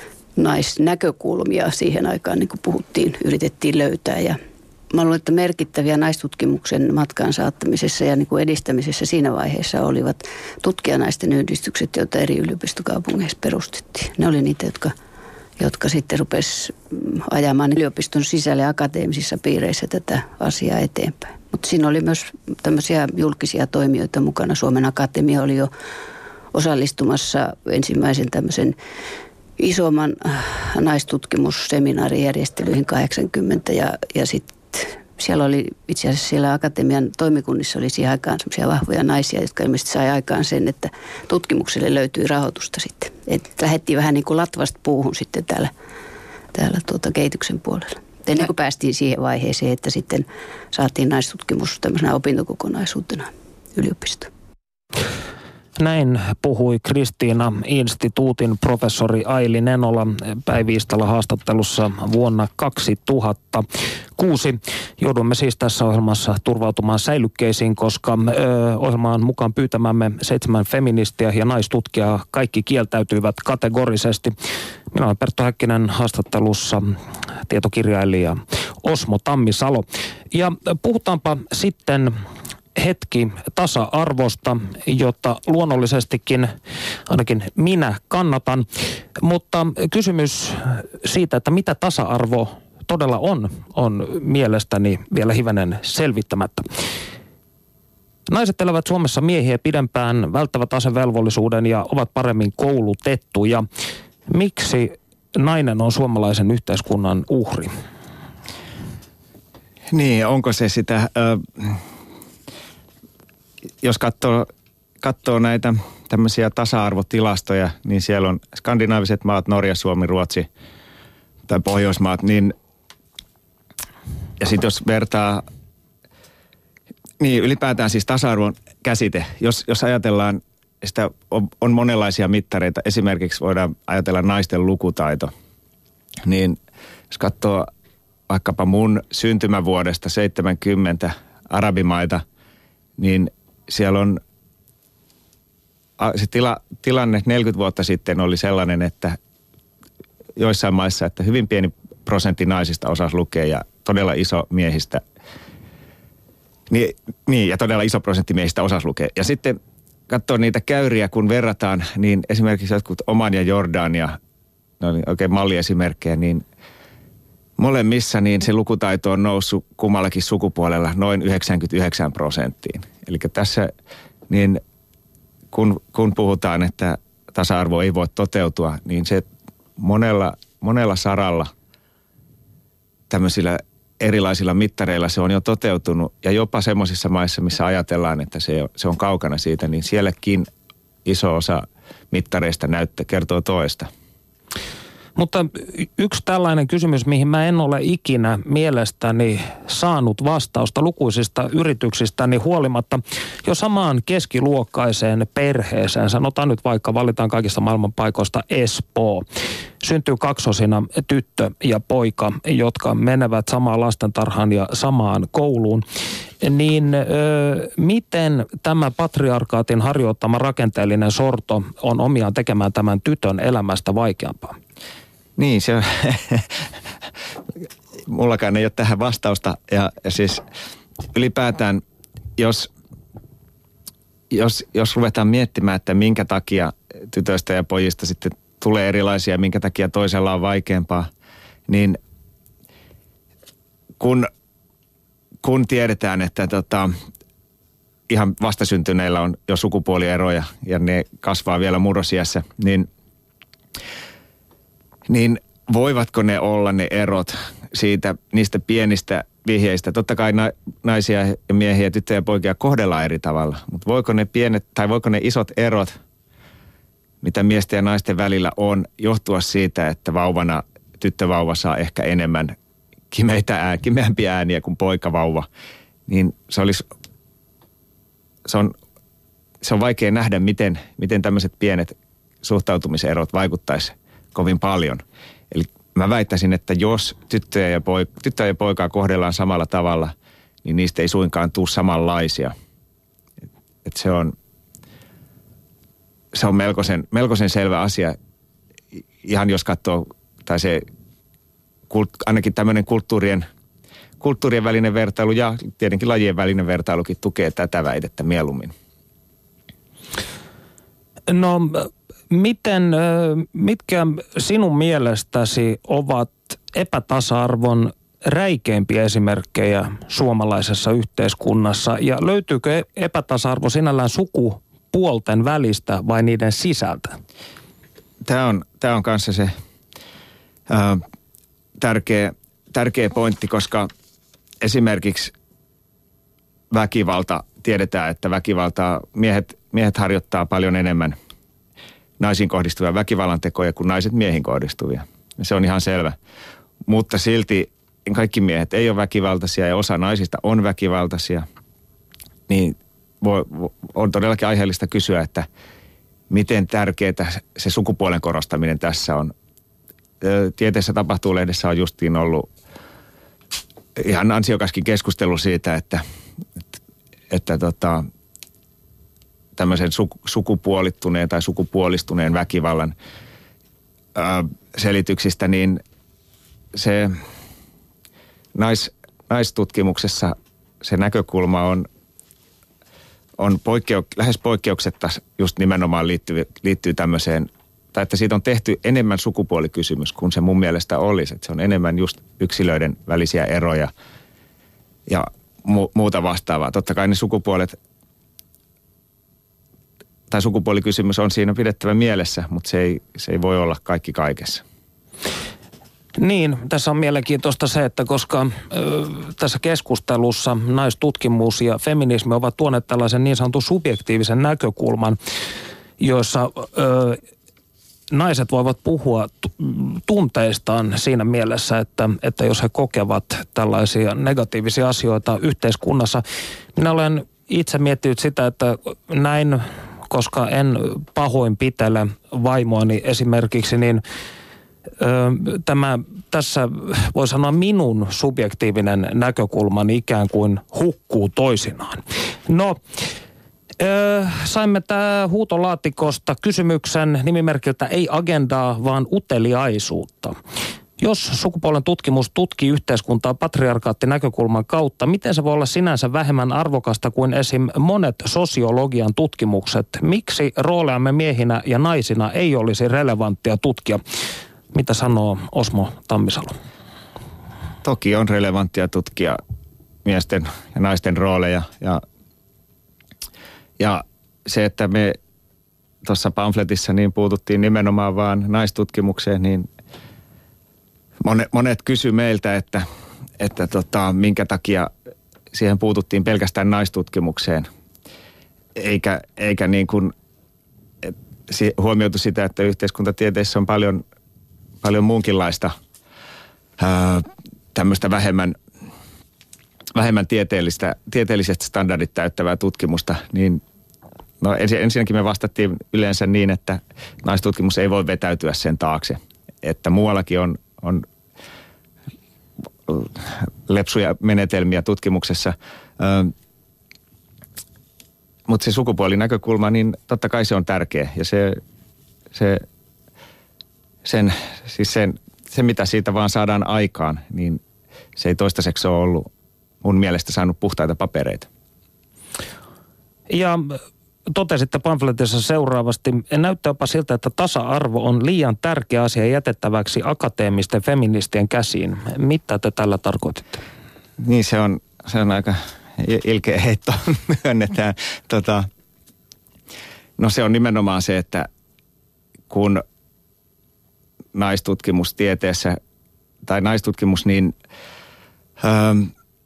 naisnäkökulmia siihen aikaan, niin kuin puhuttiin, yritettiin löytää. Ja mä luulen, että merkittäviä naistutkimuksen matkaan saattamisessa ja niin kuin edistämisessä siinä vaiheessa olivat tutkijanaisten yhdistykset, joita eri yliopistokaupungeissa perustettiin. Ne oli niitä, jotka, jotka sitten rupesi ajamaan yliopiston sisällä akateemisissa piireissä tätä asiaa eteenpäin. Mutta siinä oli myös tämmöisiä julkisia toimijoita mukana. Suomen Akatemia oli jo osallistumassa ensimmäisen tämmöisen isomman naistutkimusseminaarijärjestelyihin kahdeksankymmentä ja, ja sitten siellä oli itse asiassa siellä akatemian toimikunnissa oli siihen aikaan semmoisia vahvoja naisia, jotka ilmeisesti sai aikaan sen, että tutkimukselle löytyi rahoitusta sitten. Että lähdettiin vähän niin kuin latvasta puuhun sitten täällä, täällä tuota kehityksen puolella. Ennen kuin päästiin siihen vaiheeseen, että sitten saatiin naistutkimus tämmöisenä opintokokonaisuutena yliopistoon. Näin puhui Kristiina-instituutin professori Aili Nenola Päivi-Istalla haastattelussa vuonna kaksituhattakuusi. Joudumme siis tässä ohjelmassa turvautumaan säilykkeisiin, koska ö, ohjelmaan mukaan pyytämämme seitsemän feministiä ja naistutkijaa kaikki kieltäytyivät kategorisesti. Minä olen Perttu Häkkinen, haastattelussa tietokirjailija Osmo Tammisalo. Ja puhutaanpa sitten hetki tasa-arvosta, jota luonnollisestikin ainakin minä kannatan, mutta kysymys siitä, että mitä tasa-arvo todella on, on mielestäni vielä hivenen selvittämättä. Naiset elävät Suomessa miehiä pidempään, välttävät asevelvollisuuden ja ovat paremmin koulutettuja. Miksi nainen on suomalaisen yhteiskunnan uhri? Niin, onko se sitä... Äh... Jos katsoo, katsoo näitä tämmöisiä tasa-arvotilastoja, niin siellä on skandinaaviset maat, Norja, Suomi, Ruotsi tai Pohjoismaat, niin ja sitten jos vertaa, niin ylipäätään siis tasa-arvon käsite, jos, jos ajatellaan, sitä on, on monenlaisia mittareita, esimerkiksi voidaan ajatella naisten lukutaito, niin jos katsoo vaikkapa mun syntymävuodesta seitsemänkymmentä arabimaita, niin siellä on, se tila, tilanne neljäkymmentä vuotta sitten oli sellainen, että joissain maissa, että hyvin pieni prosentti naisista osasi lukea ja todella iso miehistä, niin, niin ja todella iso prosentti miehistä osasi lukea. Ja sitten katsoo niitä käyriä, kun verrataan, niin esimerkiksi jotkut Oman ja Jordania, ne oli oikein malliesimerkkejä, niin molemmissa niin se lukutaito on noussut kummallakin sukupuolella noin yhdeksänkymmentäyhdeksän prosenttiin. Eli tässä niin kun, kun puhutaan, että tasa-arvo ei voi toteutua, niin se monella, monella saralla tämmöisillä erilaisilla mittareilla se on jo toteutunut. Ja jopa semmoisissa maissa, missä ajatellaan, että se, se on kaukana siitä, niin sielläkin iso osa mittareista näyttää, kertoo toista. Mutta yksi tällainen kysymys, mihin mä en ole ikinä mielestäni saanut vastausta lukuisista yrityksistäni huolimatta. Jo samaan keskiluokkaiseen perheeseen, sanotaan nyt vaikka valitaan kaikista maailman paikoista Espoo, syntyy kaksosina tyttö ja poika, jotka menevät samaan lastentarhaan ja samaan kouluun. Niin ö, miten tämä patriarkaatin harjoittama rakenteellinen sorto on omiaan tekemään tämän tytön elämästä vaikeampaa? Niin, se on, mullakaan ei ole tähän vastausta. Ja, ja siis ylipäätään, jos, jos, jos ruvetaan miettimään, että minkä takia tytöistä ja pojista sitten tulee erilaisia, minkä takia toisella on vaikeampaa, niin kun, kun tiedetään, että tota, ihan vastasyntyneillä on jo sukupuolieroja ja ne kasvaa vielä murrosiässä, niin Niin voivatko ne olla ne erot siitä, niistä pienistä vihjeistä? Totta kai na, naisia ja miehiä, tyttöjä ja poikia kohdellaan eri tavalla. Mutta voiko ne pienet, tai voiko ne isot erot, mitä miesten ja naisten välillä on, johtua siitä, että vauvana tyttövauva saa ehkä enemmän kimeitä ääniä, kimeämpiä ääniä kuin poikavauva. Niin se olisi, se on, se on vaikea nähdä, miten, miten tämmöiset pienet suhtautumiserot vaikuttaisi kovin paljon. Eli mä väittäisin, että jos tyttöjä ja, poik- tyttöjä ja poikaa kohdellaan samalla tavalla, niin niistä ei suinkaan tule samanlaisia. Et, et se on, se on melkoisen, melkoisen selvä asia. Ihan jos katsoo, tai se kult, ainakin tämmöinen kulttuurien, kulttuurien välinen vertailu ja tietenkin lajien välinen vertailukin tukee tätä väitettä mieluummin. No, miten, mitkä sinun mielestäsi ovat epätasa-arvon räikeimpiä esimerkkejä suomalaisessa yhteiskunnassa? Ja löytyykö epätasa-arvo sinällään sukupuolten välistä vai niiden sisältä? Tämä on, tämä on kanssa se ää, tärkeä, tärkeä pointti, koska esimerkiksi väkivalta, tiedetään, että väkivaltaa miehet, miehet harjoittaa paljon enemmän naisiin kohdistuvia väkivallan tekoja kuin naiset miehiin kohdistuvia. Ja se on ihan selvä. Mutta silti kaikki miehet ei ole väkivaltaisia ja osa naisista on väkivaltaisia. Niin voi, on todellakin aiheellista kysyä, että miten tärkeää se sukupuolen korostaminen tässä on. Tieteessä tapahtuu -lehdessä on justiin ollut ihan ansiokaskin keskustelu siitä, että, että, että tota, tämmöisen sukupuolittuneen tai sukupuolistuneen väkivallan ää, selityksistä, niin se nais, naistutkimuksessa se näkökulma on, on poikkeu, lähes poikkeuksetta just nimenomaan liittyy, liittyy tämmöiseen, tai että siitä on tehty enemmän sukupuolikysymys kuin se mun mielestä olisi. Että se on enemmän just yksilöiden välisiä eroja ja mu, muuta vastaavaa. Totta kai ne sukupuolet tai sukupuolikysymys on siinä pidettävä mielessä, mutta se ei, se ei voi olla kaikki kaikessa. Niin, tässä on mielenkiintoista se, että koska ö, tässä keskustelussa naistutkimus ja feminismi ovat tuoneet tällaisen niin sanotun subjektiivisen näkökulman, joissa ö, naiset voivat puhua tunteistaan siinä mielessä, että, että jos he kokevat tällaisia negatiivisia asioita yhteiskunnassa. Minä olen itse miettinyt sitä, että näin, koska en pahoinpitele vaimoani esimerkiksi, niin ö, tämä tässä voi sanoa minun subjektiivinen näkökulmani ikään kuin hukkuu toisinaan. No, Öö, saimme tää huutolaatikosta kysymyksen nimimerkiltä ei agendaa, vaan uteliaisuutta. Jos sukupuolen tutkimus tutkii yhteiskuntaa patriarkaattinäkökulman kautta, miten se voi olla sinänsä vähemmän arvokasta kuin esim. Monet sosiologian tutkimukset? Miksi rooleamme miehinä ja naisina ei olisi relevanttia tutkia? Mitä sanoo Osmo Tammisalo? Toki on relevanttia tutkia miesten ja naisten rooleja ja Ja se, että me tuossa pamfletissa niin puututtiin nimenomaan vaan naistutkimukseen, niin monet, monet kysy meiltä, että, että tota, minkä takia siihen puututtiin pelkästään naistutkimukseen, eikä, eikä niin kuin huomioitu sitä, että yhteiskuntatieteissä on paljon, paljon muunkinlaista ää, tämmöistä vähemmän, vähemmän tieteellistä, tieteelliset standardit täyttävää tutkimusta, niin no ensinnäkin me vastattiin yleensä niin, että naistutkimus ei voi vetäytyä sen taakse, että muuallakin on, on lepsuja menetelmiä tutkimuksessa, mutta se sukupuolinäkökulma, niin totta kai se on tärkeä ja se, se, sen, siis sen, se mitä siitä vaan saadaan aikaan, niin se ei toistaiseksi ole ollut mun mielestä saanut puhtaita papereita. Ja totesitte pamfletissa seuraavasti, näyttää jopa siltä, että tasa-arvo on liian tärkeä asia jätettäväksi akateemisten feministien käsiin. Mitä te tällä tarkoititte? Niin se on, se on aika ilkeä heitto, myönnetään. Tota, no se on nimenomaan se, että kun naistutkimustieteessä tai naistutkimus niin ähm,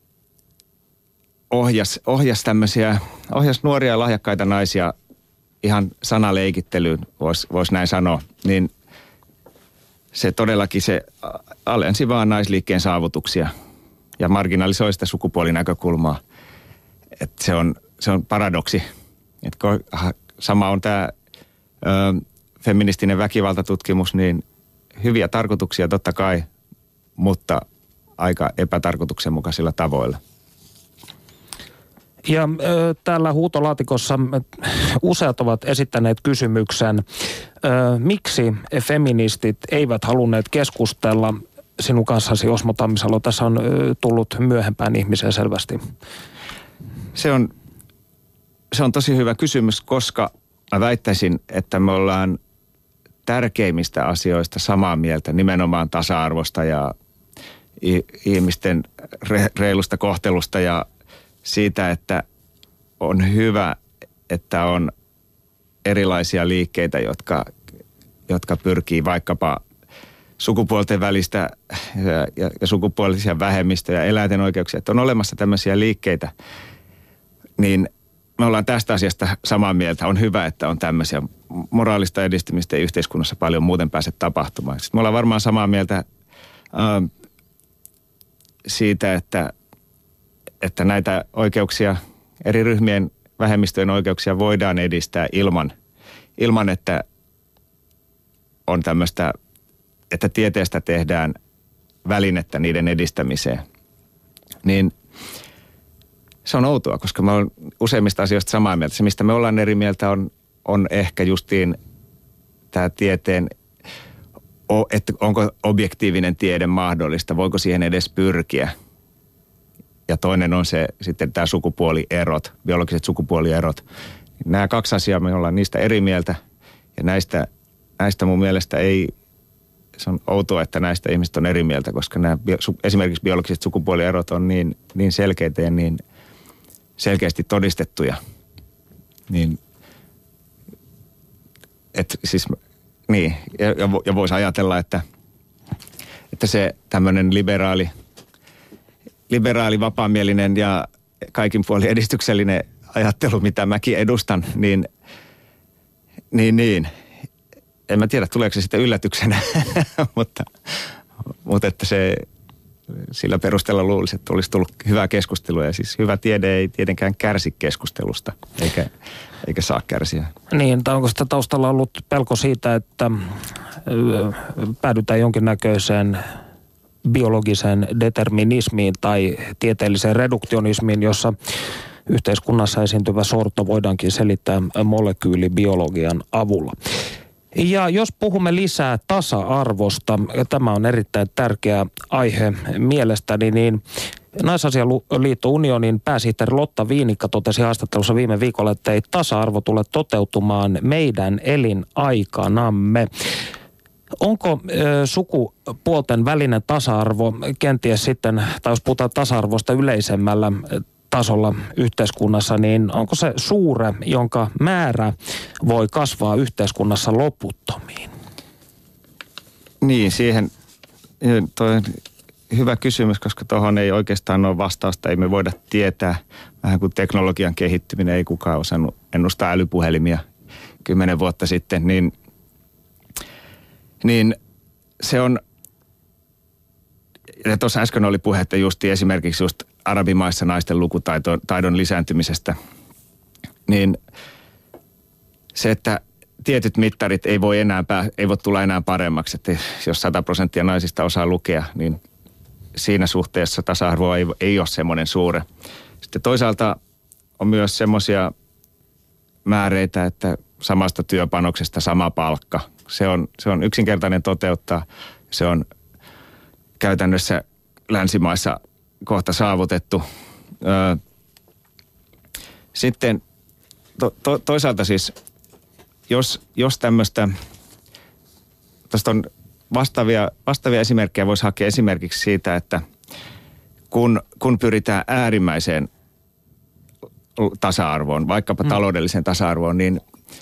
ohjas, ohjas tämmöisiä, ohjas nuoria ja lahjakkaita naisia ihan sanaleikittelyyn, voisi vois näin sanoa, niin se todellakin se alensi vaan naisliikkeen saavutuksia ja marginalisoi sitä sukupuolinäkökulmaa. Että se on, se on paradoksi. Että sama on tämä feministinen väkivaltatutkimus, niin hyviä tarkoituksia totta kai, mutta aika epätarkoituksenmukaisilla tavoilla. Ja äh, täällä huutolaatikossa useat ovat esittäneet kysymyksen, äh, miksi feministit eivät halunneet keskustella sinun kanssasi, Osmo Tammisalo. Tässä on äh, tullut myöhempään ihmisiä selvästi. Se on, se on tosi hyvä kysymys, koska mä väittäisin, että me ollaan tärkeimmistä asioista samaa mieltä, nimenomaan tasa-arvosta ja ihmisten reilusta kohtelusta ja siitä, että on hyvä, että on erilaisia liikkeitä, jotka, jotka pyrkii vaikkapa sukupuolten välistä ja, ja, ja sukupuolisia vähemmistöjä, eläinten oikeuksia, että on olemassa tämmöisiä liikkeitä, niin me ollaan tästä asiasta samaa mieltä. On hyvä, että on tämmöisiä moraalista edistymistä ja yhteiskunnassa paljon muuten pääse tapahtumaan. Sitten me ollaan varmaan samaa mieltä äh, siitä, että että näitä oikeuksia, eri ryhmien vähemmistöjen oikeuksia voidaan edistää ilman, ilman että on tämmöistä, että tieteestä tehdään välinettä niiden edistämiseen. Niin se on outoa, koska mä oon useimmista asioista samaa mieltä. Se, mistä me ollaan eri mieltä, on, on ehkä justiin tämä tieteen, että onko objektiivinen tiede mahdollista, voiko siihen edes pyrkiä. Ja toinen on se sitten tämä sukupuolierot, biologiset sukupuolierot. Nämä kaksi asiaa, me ollaan niistä eri mieltä. Ja näistä, näistä mun mielestä ei, se on outoa, että näistä ihmiset on eri mieltä, koska nämä esimerkiksi biologiset sukupuolierot on niin, niin selkeitä ja niin selkeästi todistettuja. Niin, että siis, niin, ja, ja voisi ajatella, että, että se tämmöinen liberaali, liberaali, vapaamielinen ja kaikin puolin edistyksellinen ajattelu, mitä mäkin edustan, niin, niin, niin. En mä tiedä, tuleeko se sitten yllätyksenä, mutta, mutta että se sillä perusteella luulisi, että olisi tullut hyvää keskustelua. Ja siis hyvä tiede ei tietenkään kärsi keskustelusta, eikä, eikä saa kärsiä. Niin, tai onko sitä taustalla ollut pelko siitä, että päädytään jonkinnäköiseen biologiseen determinismiin tai tieteelliseen reduktionismiin, jossa yhteiskunnassa esiintyvä sorto voidaankin selittää molekyylibiologian avulla. Ja jos puhumme lisää tasa-arvosta, tämä on erittäin tärkeä aihe mielestäni, niin Naisasialiitto Unionin pääsihteeri Lotta Viinikka totesi haastattelussa viime viikolla, että ei tasa-arvo tule toteutumaan meidän elinaikanamme. Onko ö, sukupuolten välinen tasa-arvo kenties sitten, tai jos puhutaan tasa-arvosta yleisemmällä, tasolla yhteiskunnassa, niin onko se suure, jonka määrä voi kasvaa yhteiskunnassa loputtomiin? Niin, siihen toi on hyvä kysymys, koska tuohon ei oikeastaan ole vastausta. Ei me voida tietää, vähän kuin teknologian kehittyminen, ei kukaan osannut ennustaa älypuhelimia kymmenen vuotta sitten, niin, niin se on, ja tuossa äsken oli puhetta just esimerkiksi just arabimaissa naisten lukutaidon lisääntymisestä, niin se, että tietyt mittarit ei voi enää pää, ei voi tulla enää paremmaksi, että jos sata prosenttia naisista osaa lukea, niin siinä suhteessa tasa-arvo ei, ei ole semmoinen suure. Sitten toisaalta on myös semmoisia määreitä, että samasta työpanoksesta sama palkka. Se on, se on yksinkertainen toteuttaa. Se on käytännössä länsimaissa kohta saavutettu. Öö, sitten to, to, toisaalta siis, jos, jos tämmöistä, tuosta on vastaavia, vastaavia esimerkkejä voisi hakea esimerkiksi siitä, että kun, kun pyritään äärimmäiseen tasa-arvoon, vaikkapa mm. taloudelliseen tasa-arvoon, niin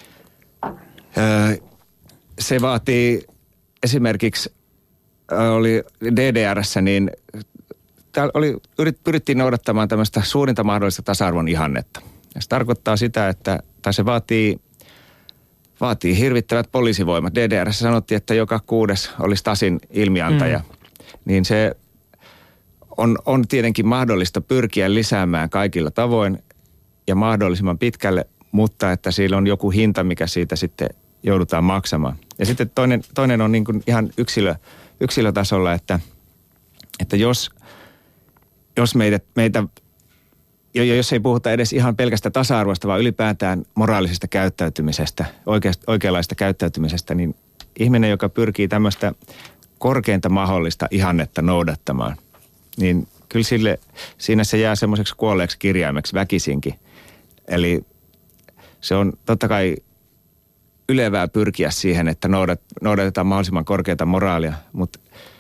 öö, se vaatii esimerkiksi, oli D D R:ssä, niin täällä oli, pyrittiin noudattamaan tämmöistä suurinta mahdollista tasa-arvon ihannetta. Ja se tarkoittaa sitä, että, tai se vaatii, vaatii hirvittävät poliisivoimat. D D R:ssä sanottiin, että joka kuudes olisi Stasin ilmiantaja. Mm. Niin se on, on tietenkin mahdollista pyrkiä lisäämään kaikilla tavoin ja mahdollisimman pitkälle, mutta että siellä on joku hinta, mikä siitä sitten joudutaan maksamaan. Ja sitten toinen, toinen on niin kuin ihan yksilö, yksilötasolla, että, että jos, jos meitä, meitä, jos ei puhuta edes ihan pelkästä tasa-arvosta, vaan ylipäätään moraalisesta käyttäytymisestä, oikeast, oikeanlaista käyttäytymisestä, niin ihminen, joka pyrkii tämmöistä korkeinta mahdollista ihannetta noudattamaan, niin kyllä sille, siinä se jää semmoiseksi kuolleeksi kirjaimeksi väkisinkin. Eli se on totta kai ylevää pyrkiä siihen, että noudat, noudatetaan mahdollisimman korkeata moraalia, Mut,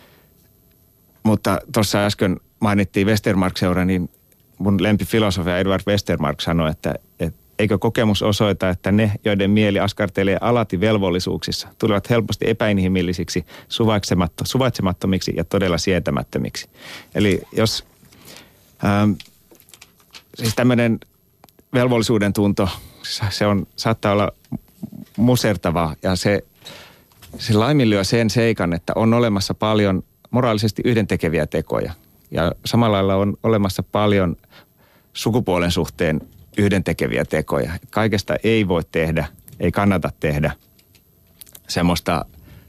mutta tuossa äsken mainittiin Westermarck-seura, niin mun lempifilosofia Edward Westermarck sanoi, että, että eikö kokemus osoita, että ne, joiden mieli askartelee alati velvollisuuksissa, tulevat helposti epäinhimillisiksi, suvaitsematto, suvaitsemattomiksi ja todella sietämättömiksi. Eli jos ähm, siis tämmöinen velvollisuuden tunto, se on, saattaa olla musertavaa ja se, se laiminlyö sen seikan, että on olemassa paljon moraalisesti yhdentekeviä tekoja. Ja samalla lailla on olemassa paljon sukupuolen suhteen yhdentekeviä tekoja. Kaikesta ei voi tehdä, ei kannata tehdä semmoista,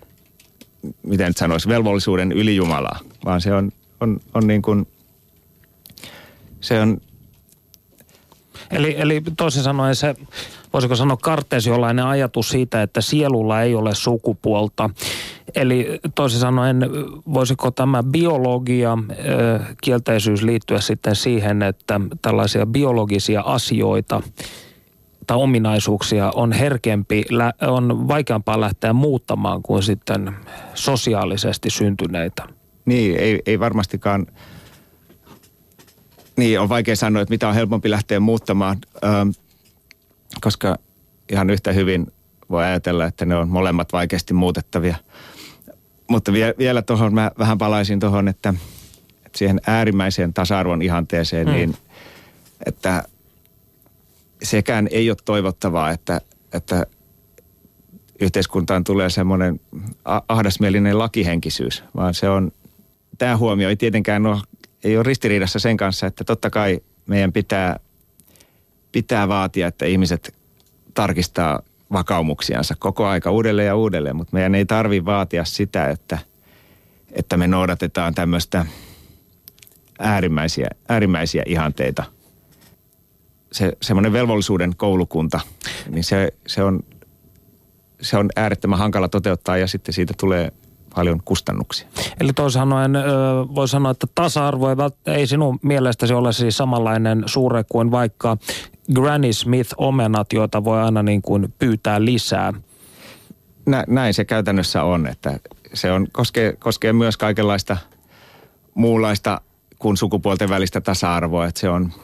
miten nyt sanoisi, velvollisuuden ylijumalaa, vaan se on, on, on niin kuin, se on... Eli, eli toisin sanoen se, voisiko sanoa kartesiolainen ajatus siitä, että sielulla ei ole sukupuolta. Eli toisin sanoen, voisiko tämä biologia, kielteisyys liittyä sitten siihen, että tällaisia biologisia asioita tai ominaisuuksia on herkempi, on vaikeampaa lähteä muuttamaan kuin sitten sosiaalisesti syntyneitä? Niin, ei, ei varmastikaan. Niin, on vaikea sanoa, että mitä on helpompi lähteä muuttamaan, ähm, koska ihan yhtä hyvin voi ajatella, että ne on molemmat vaikeasti muutettavia. Mutta vie, vielä tuohon, mä vähän palaisin tuohon, että, että siihen äärimmäiseen tasa-arvon ihanteeseen, hmm. niin että sekään ei ole toivottavaa, että, että yhteiskuntaan tulee semmoinen ahdasmielinen lakihenkisyys, vaan se on, tämä huomio ei tietenkään ole, ei ole ristiriidassa sen kanssa, että totta kai meidän pitää, pitää vaatia, että ihmiset tarkistaa vakaumuksiansa koko aika uudelleen ja uudelleen, mutta meidän ei tarvitse vaatia sitä, että, että me noudatetaan tämmöistä äärimmäisiä, äärimmäisiä ihanteita. Se semmoinen velvollisuuden koulukunta, niin se, se, on, se on äärettömän hankala toteuttaa ja sitten siitä tulee paljon kustannuksia. Eli toisin sanoen voi sanoa, että tasa-arvo ei, ei sinun mielestäsi ole siis samanlainen suure kuin vaikka Granny Smith-omenat, joita voi aina niin kuin pyytää lisää. Nä, näin se käytännössä on, että se on, koskee, koskee myös kaikenlaista muunlaista kuin sukupuolten välistä tasa-arvoa, että se on,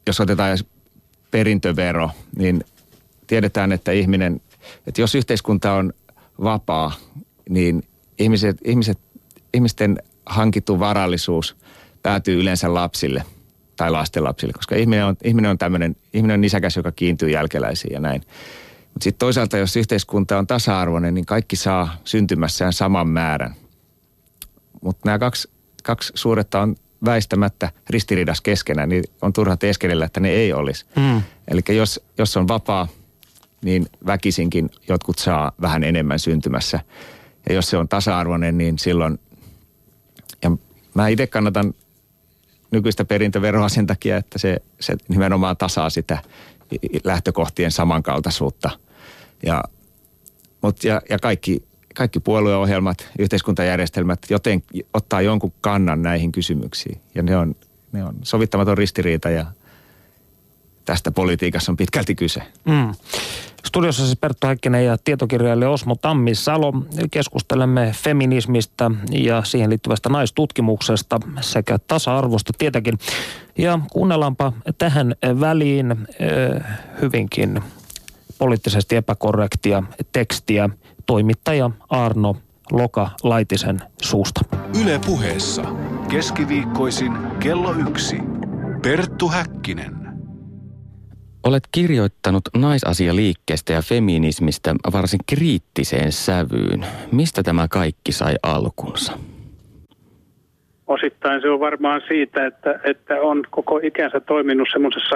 jos otetaan perintövero, niin tiedetään, että ihminen, että jos yhteiskunta on vapaa, niin ihmiset, ihmiset, ihmisten hankittu varallisuus päätyy yleensä lapsille tai lastenlapsille, koska ihminen on, ihminen on tämmöinen, ihminen on nisäkäs, joka kiintyy jälkeläisiin ja näin. Mutta sitten toisaalta, jos yhteiskunta on tasa-arvoinen, niin kaikki saa syntymässään saman määrän. Mutta nämä kaksi, kaksi suuretta on väistämättä ristiriidassa keskenään, niin on turha teeskennellä, että ne ei olisi. Mm. Eli jos, jos on vapaa, niin väkisinkin jotkut saa vähän enemmän syntymässä. Ja jos se on tasa-arvoinen, niin silloin, ja mä itse kannatan nykyistä perintöveroa sen takia, että se, se nimenomaan tasaa sitä lähtökohtien samankaltaisuutta. Ja, mut ja, ja kaikki, kaikki puolueohjelmat, yhteiskuntajärjestelmät joten ottaa jonkun kannan näihin kysymyksiin. Ja ne on, ne on sovittamaton ristiriita ja tästä politiikassa on pitkälti kyse. Mm. Studiossa siis Perttu Häkkinen ja tietokirjailija Osmo Tammisalo. Keskustelemme feminismistä ja siihen liittyvästä naistutkimuksesta sekä tasa-arvosta tietenkin. Ja kuunnellaanpa tähän väliin äh, hyvinkin poliittisesti epäkorrektia tekstiä toimittaja Arno Loka-Laitisen suusta. Yle Puheessa keskiviikkoisin kello yksi. Perttu Häkkinen. Olet kirjoittanut naisasialiikkeestä ja feminismistä varsin kriittiseen sävyyn. Mistä tämä kaikki sai alkunsa? Osittain se on varmaan siitä, että, että on koko ikänsä toiminut semmoisessa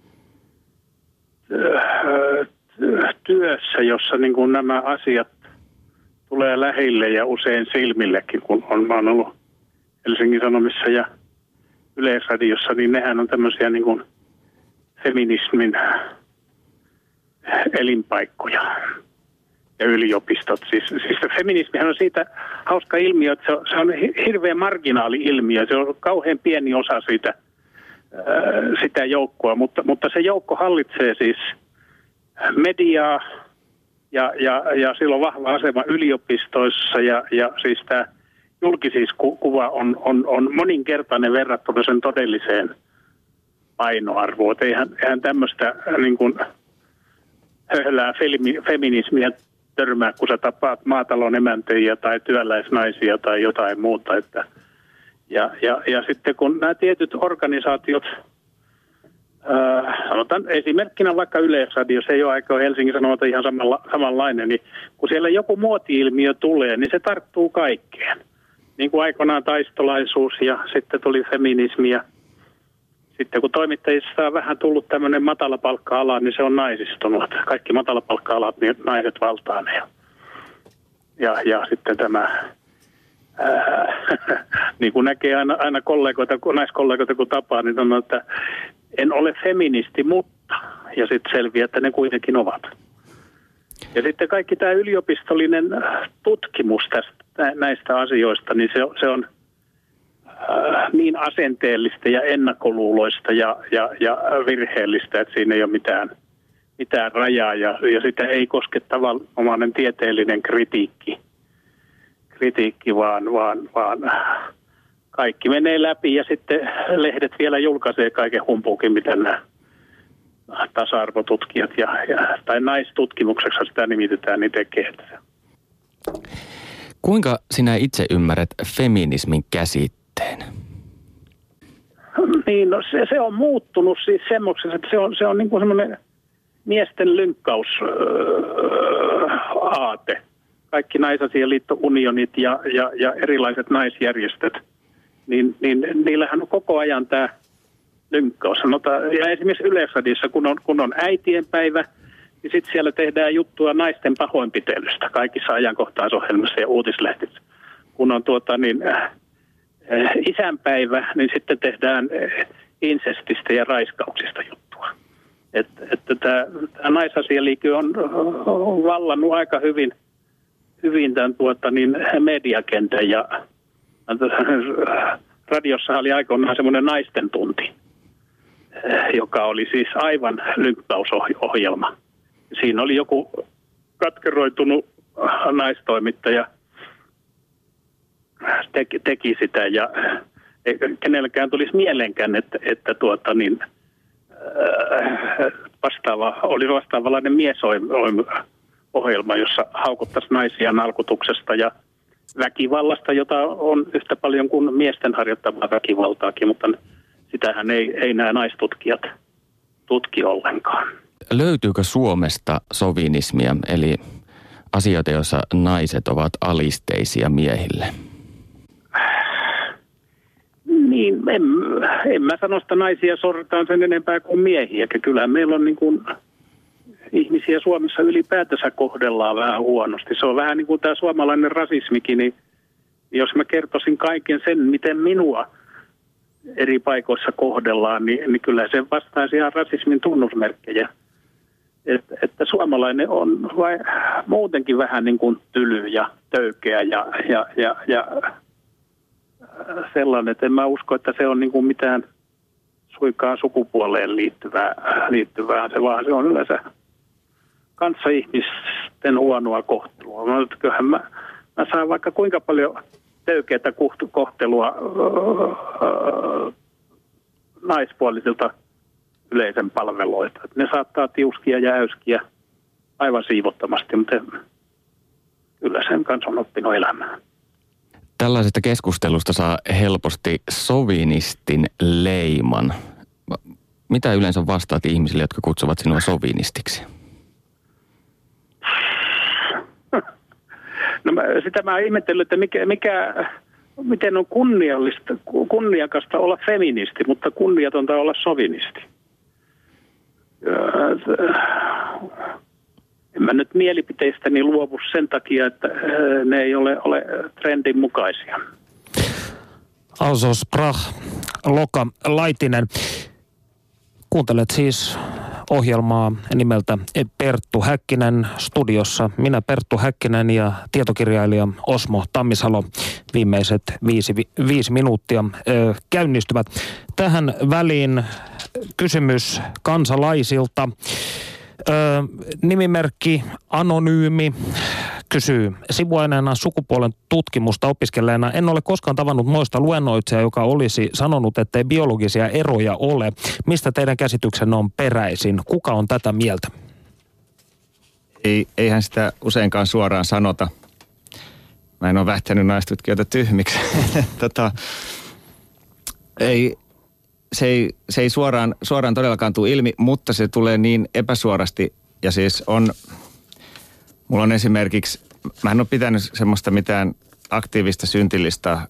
työssä, jossa niin kuin nämä asiat tulee lähelle ja usein silmillekin, kun on, mä oon ollut Helsingin Sanomissa ja Yleisradiossa, niin nehän on tämmöisiä niin kuin feminismin elinpaikkoja ja yliopistot. Siis, siis feminismihän on siitä hauska ilmiö, että se on, se on hirveän marginaali-ilmiö. Se on kauhean pieni osa siitä, ää, sitä joukkoa, mutta, mutta se joukko hallitsee siis mediaa ja, ja, ja sillä on vahva asema yliopistoissa ja, ja siis tämä julkisiskuva on, on, on moninkertainen verrattuna sen todelliseen painoarvoa. Eihän, eihän tämmöistä niin kuin höhlää feminismiä törmää, kun sä tapaat maatalon emäntöjä tai työläisnaisia tai jotain muuta. Että, ja, ja, ja sitten kun nämä tietyt organisaatiot, ää, sanotaan esimerkkinä vaikka Yleisradio, se ei ole aika Helsingin Sanomalta ihan samalla, samanlainen, niin kun siellä joku muoti-ilmiö tulee, niin se tarttuu kaikkeen. Niin kuin aikoinaan taistolaisuus ja sitten tuli feminismi ja sitten kun toimittajissa on vähän tullut tämmöinen matalapalkka-ala, niin se on naisistunut. Kaikki matalapalkka-alat, niin naiset valtaa ne. Ja, ja sitten tämä, ää, niin kuin näkee aina, aina kollegoita, naiskollegoita kun tapaa, niin sanoo, että en ole feministi, mutta. Ja sitten selviää, että ne kuitenkin ovat. Ja sitten kaikki tämä yliopistollinen tutkimus tästä, näistä asioista, niin se, se on niin asenteellista ja ennakkoluuloista ja, ja, ja virheellistä, että siinä ei ole mitään, mitään rajaa ja, ja sitä ei koske tavallinen tieteellinen kritiikki, kritiikki vaan, vaan, vaan kaikki menee läpi ja sitten lehdet vielä julkaisee kaiken humpuukin, miten nämä tasa-arvotutkijat ja, ja, tai naistutkimukseksi sitä nimitetään, niin tekee. Kuinka sinä itse ymmärrät feminismin käsitteen? Niin, no se, se on muuttunut siis semmoisessa, että se on, se on niin kuin semmoinen miesten lynkkausaate. Kaikki naisasialiittounionit ja, ja, ja erilaiset naisjärjestöt, niin, niin niillähän on koko ajan tämä lynkkaus. Sanotaan, ja esimerkiksi Yleisradiossa, kun on, kun on äitienpäivä, niin sitten siellä tehdään juttua naisten pahoinpitelystä kaikissa ajankohtaisohjelmissa ja uutislehtissä. Kun on tuota niin isänpäivä, niin sitten tehdään insestistä ja raiskauksista juttua. Että et tämä naisasialiike on, on vallannut aika hyvin, hyvin tämän tuota, niin mediakentän ja radiossa oli aikoinaan semmoinen naisten tunti, joka oli siis aivan lynkkausohjelma. Siinä oli joku katkeroitunut naistoimittaja, teki, teki sitä ja kenelläkään tulisi mieleenkään, että, että tuota niin, vastaava, oli vastaavanlainen miesohjelma, jossa haukuttaisiin naisia nalkutuksesta ja väkivallasta, jota on yhtä paljon kuin miesten harjoittamaa väkivaltaakin, mutta sitähän ei, ei nämä naistutkijat tutki ollenkaan. Löytyykö Suomesta sovinismia, eli asioita, joissa naiset ovat alisteisia miehille? Niin, en, en mä sano, että naisia sorretaan sen enempää kuin miehiä. Kyllä meillä on niin kuin ihmisiä Suomessa ylipäätänsä kohdellaan vähän huonosti. Se on vähän niin kuin tämä suomalainen rasismikin, niin jos mä kertoisin kaiken sen, miten minua eri paikoissa kohdellaan, niin, niin kyllä se vastaisi ihan rasismin tunnusmerkkejä. Et, että suomalainen on vai, muutenkin vähän niin kuin tyly ja töykeä ja, ja, ja, ja sellainen, että en mä usko, että se on niin kuin mitään suikaan sukupuoleen liittyvää, liittyvää. Se vaan se on yleensä kanssaihmisten huonoa kohtelua. Mä, kyllähän mä, mä saan vaikka kuinka paljon töykeätä kohtelua öö, öö, naispuolisilta yleisen palveluita. Ne saattaa tiuskia ja äyskiä aivan siivottomasti, mutta kyllä sen kanssa on oppinut elämään. Tällaisesta keskustelusta saa helposti sovinistin leiman. Mitä yleensä vastaat ihmisille, jotka kutsuvat sinua sovinistiksi? No mä, sitä mä oon ihmetellyt, että mikä, mikä, miten on kunniallista, kunniakasta olla feministi, mutta kunniatonta olla sovinisti. En mä nyt mielipiteistäni luovu sen takia, että ne ei ole, ole trendin mukaisia. Also sprach Loka Laitinen. Kuuntelet siis ohjelmaa nimeltä Perttu Häkkinen studiossa. Minä Perttu Häkkinen ja tietokirjailija Osmo Tammisalo viimeiset viisi, viisi minuuttia ö, käynnistyvät. Tähän väliin kysymys kansalaisilta. Ö, nimimerkki Anonyymi kysyy sivuaineena sukupuolen tutkimusta opiskelleena. En ole koskaan tavannut moista luennoitsijaa, joka olisi sanonut, ettei biologisia eroja ole. Mistä teidän käsityksenne on peräisin? Kuka on tätä mieltä? Ei, eihän sitä useinkaan suoraan sanota. Mä en ole vähtänyt naistutkijoita tyhmiksi. tota, ei, se ei, se ei suoraan, suoraan todellakaan tule ilmi, mutta se tulee niin epäsuorasti. Ja siis on, mulla on esimerkiksi, mä en ole pitänyt semmoista mitään aktiivista syntilistä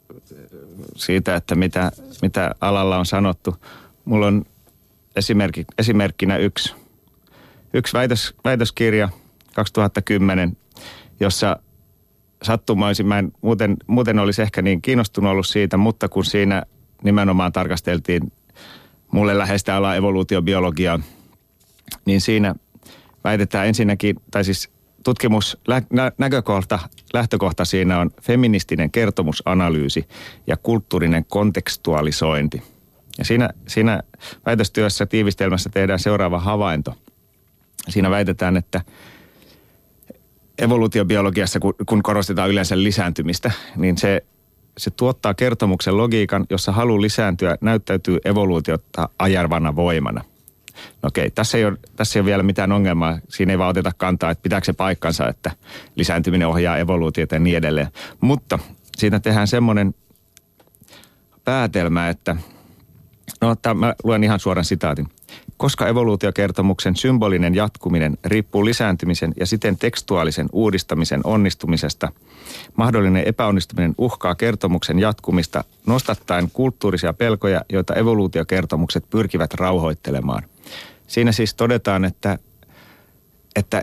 siitä, että mitä, mitä alalla on sanottu. Mulla on esimerkki, esimerkkinä yksi, yksi väitös, väitöskirja kaksituhattakymmenen, jossa sattumaisin, mä en muuten, muuten olisi ehkä niin kiinnostunut ollut siitä, mutta kun siinä nimenomaan tarkasteltiin mulle läheistä alaa evoluutiobiologiaa, niin siinä väitetään ensinnäkin, tai siis tutkimusnäkökohta, lähtökohta siinä on feministinen kertomusanalyysi ja kulttuurinen kontekstualisointi. Ja siinä, siinä väitöstyössä tiivistelmässä tehdään seuraava havainto. Siinä väitetään, että evoluutiobiologiassa, kun korostetaan yleensä lisääntymistä, niin se, se tuottaa kertomuksen logiikan, jossa halu lisääntyä näyttäytyy evoluutiota ajarvana voimana. No okei, tässä ei ole, tässä ei ole vielä mitään ongelmaa. Siinä ei vaan oteta kantaa, että pitääkö se paikkansa, että lisääntyminen ohjaa evoluutiota ja niin edelleen. Mutta siitä tehdään semmoinen päätelmä, että, no tämän, mä luen ihan suoran sitaatin. Koska evoluutiokertomuksen symbolinen jatkuminen riippuu lisääntymisen ja siten tekstuaalisen uudistamisen onnistumisesta, mahdollinen epäonnistuminen uhkaa kertomuksen jatkumista nostattaen kulttuurisia pelkoja, joita evoluutiokertomukset pyrkivät rauhoittelemaan. Siinä siis todetaan, että, että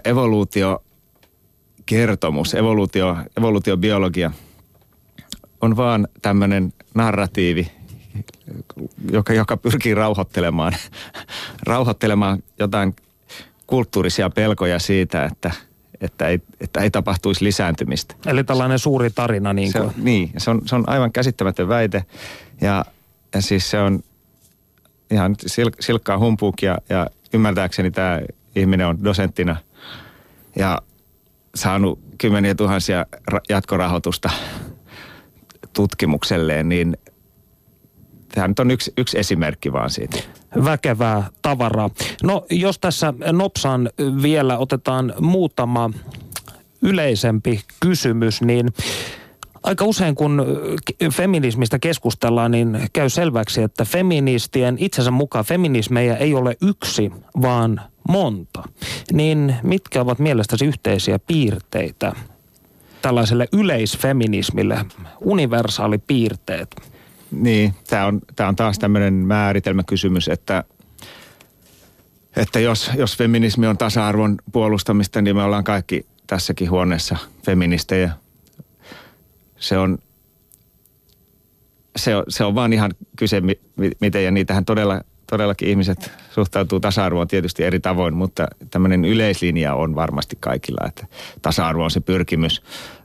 evoluutiokertomus, evoluutio, evoluutiobiologia on vaan tämmöinen narratiivi, joka, joka pyrkii rauhoittelemaan, rauhoittelemaan jotain kulttuurisia pelkoja siitä, että, että, ei, että ei tapahtuisi lisääntymistä. Eli tällainen suuri tarina. Niin, se on, niin se, on, se on aivan käsittämätön väite ja, ja siis se on ihan sil, silkkaa humpuukia ja ymmärtääkseni tämä ihminen on dosenttina ja saanut kymmeniä tuhansia jatkorahoitusta tutkimukselleen, niin Tämä nyt on yksi, yksi esimerkki vaan siitä. Väkevää tavaraa. No jos tässä nopsaan vielä otetaan muutama yleisempi kysymys, niin aika usein kun feminismistä keskustellaan, niin käy selväksi, että feministien itsensä mukaan feminismejä ei ole yksi, vaan monta. Niin mitkä ovat mielestäsi yhteisiä piirteitä tällaiselle yleisfeminismille, universaalipiirteet? Niin, tämä on, tämä on taas tämmöinen määritelmäkysymys, että, että jos, jos feminismi on tasa-arvon puolustamista, niin me ollaan kaikki tässäkin huoneessa feministejä. Se on, se on, se on vaan ihan kyse, miten, ja niitähän todella, todellakin ihmiset suhtautuu tasa-arvoon tietysti eri tavoin, mutta tämmöinen yleislinja on varmasti kaikilla, että tasa-arvo on se pyrkimys.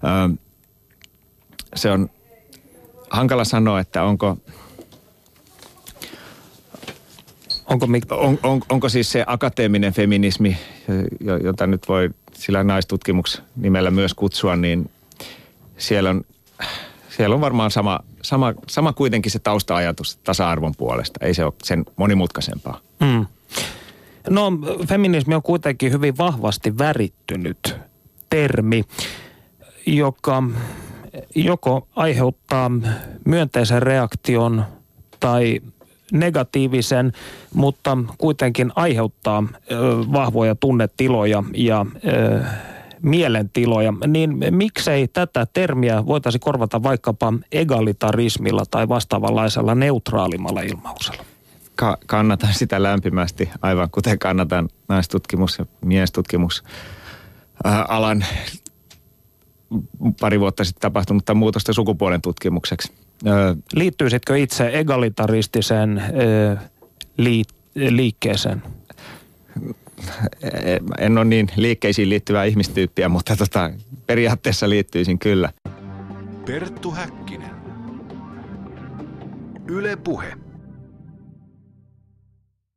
Se on hankala sanoa, että onko, onko, on, on, onko siis se akateeminen feminismi, jota nyt voi sillä naistutkimusnimellä myös kutsua, niin siellä on, siellä on varmaan sama, sama, sama kuitenkin se tausta-ajatus tasa-arvon puolesta. Ei se ole sen monimutkaisempaa. Mm. No, feminismi on kuitenkin hyvin vahvasti värittynyt termi, joka joko aiheuttaa myönteisen reaktion tai negatiivisen, mutta kuitenkin aiheuttaa ö, vahvoja tunnetiloja ja ö, mielentiloja. Niin miksei tätä termiä voitaisi korvata vaikkapa egalitarismilla tai vastaavanlaisella neutraalimmalla ilmauksella? Ka- kannatan sitä lämpimästi, aivan kuten kannatan naistutkimus- ja miestutkimus ää, alan pari vuotta sitten tapahtunutta muutosta sukupuolen tutkimukseksi. Öö, Liittyisitkö itse egalitaristiseen öö, liik- liikkeeseen? En ole niin liikkeisiin liittyvää ihmistyyppiä, mutta tota, periaatteessa liittyisin kyllä. Perttu Häkkinen. Yle Puhe.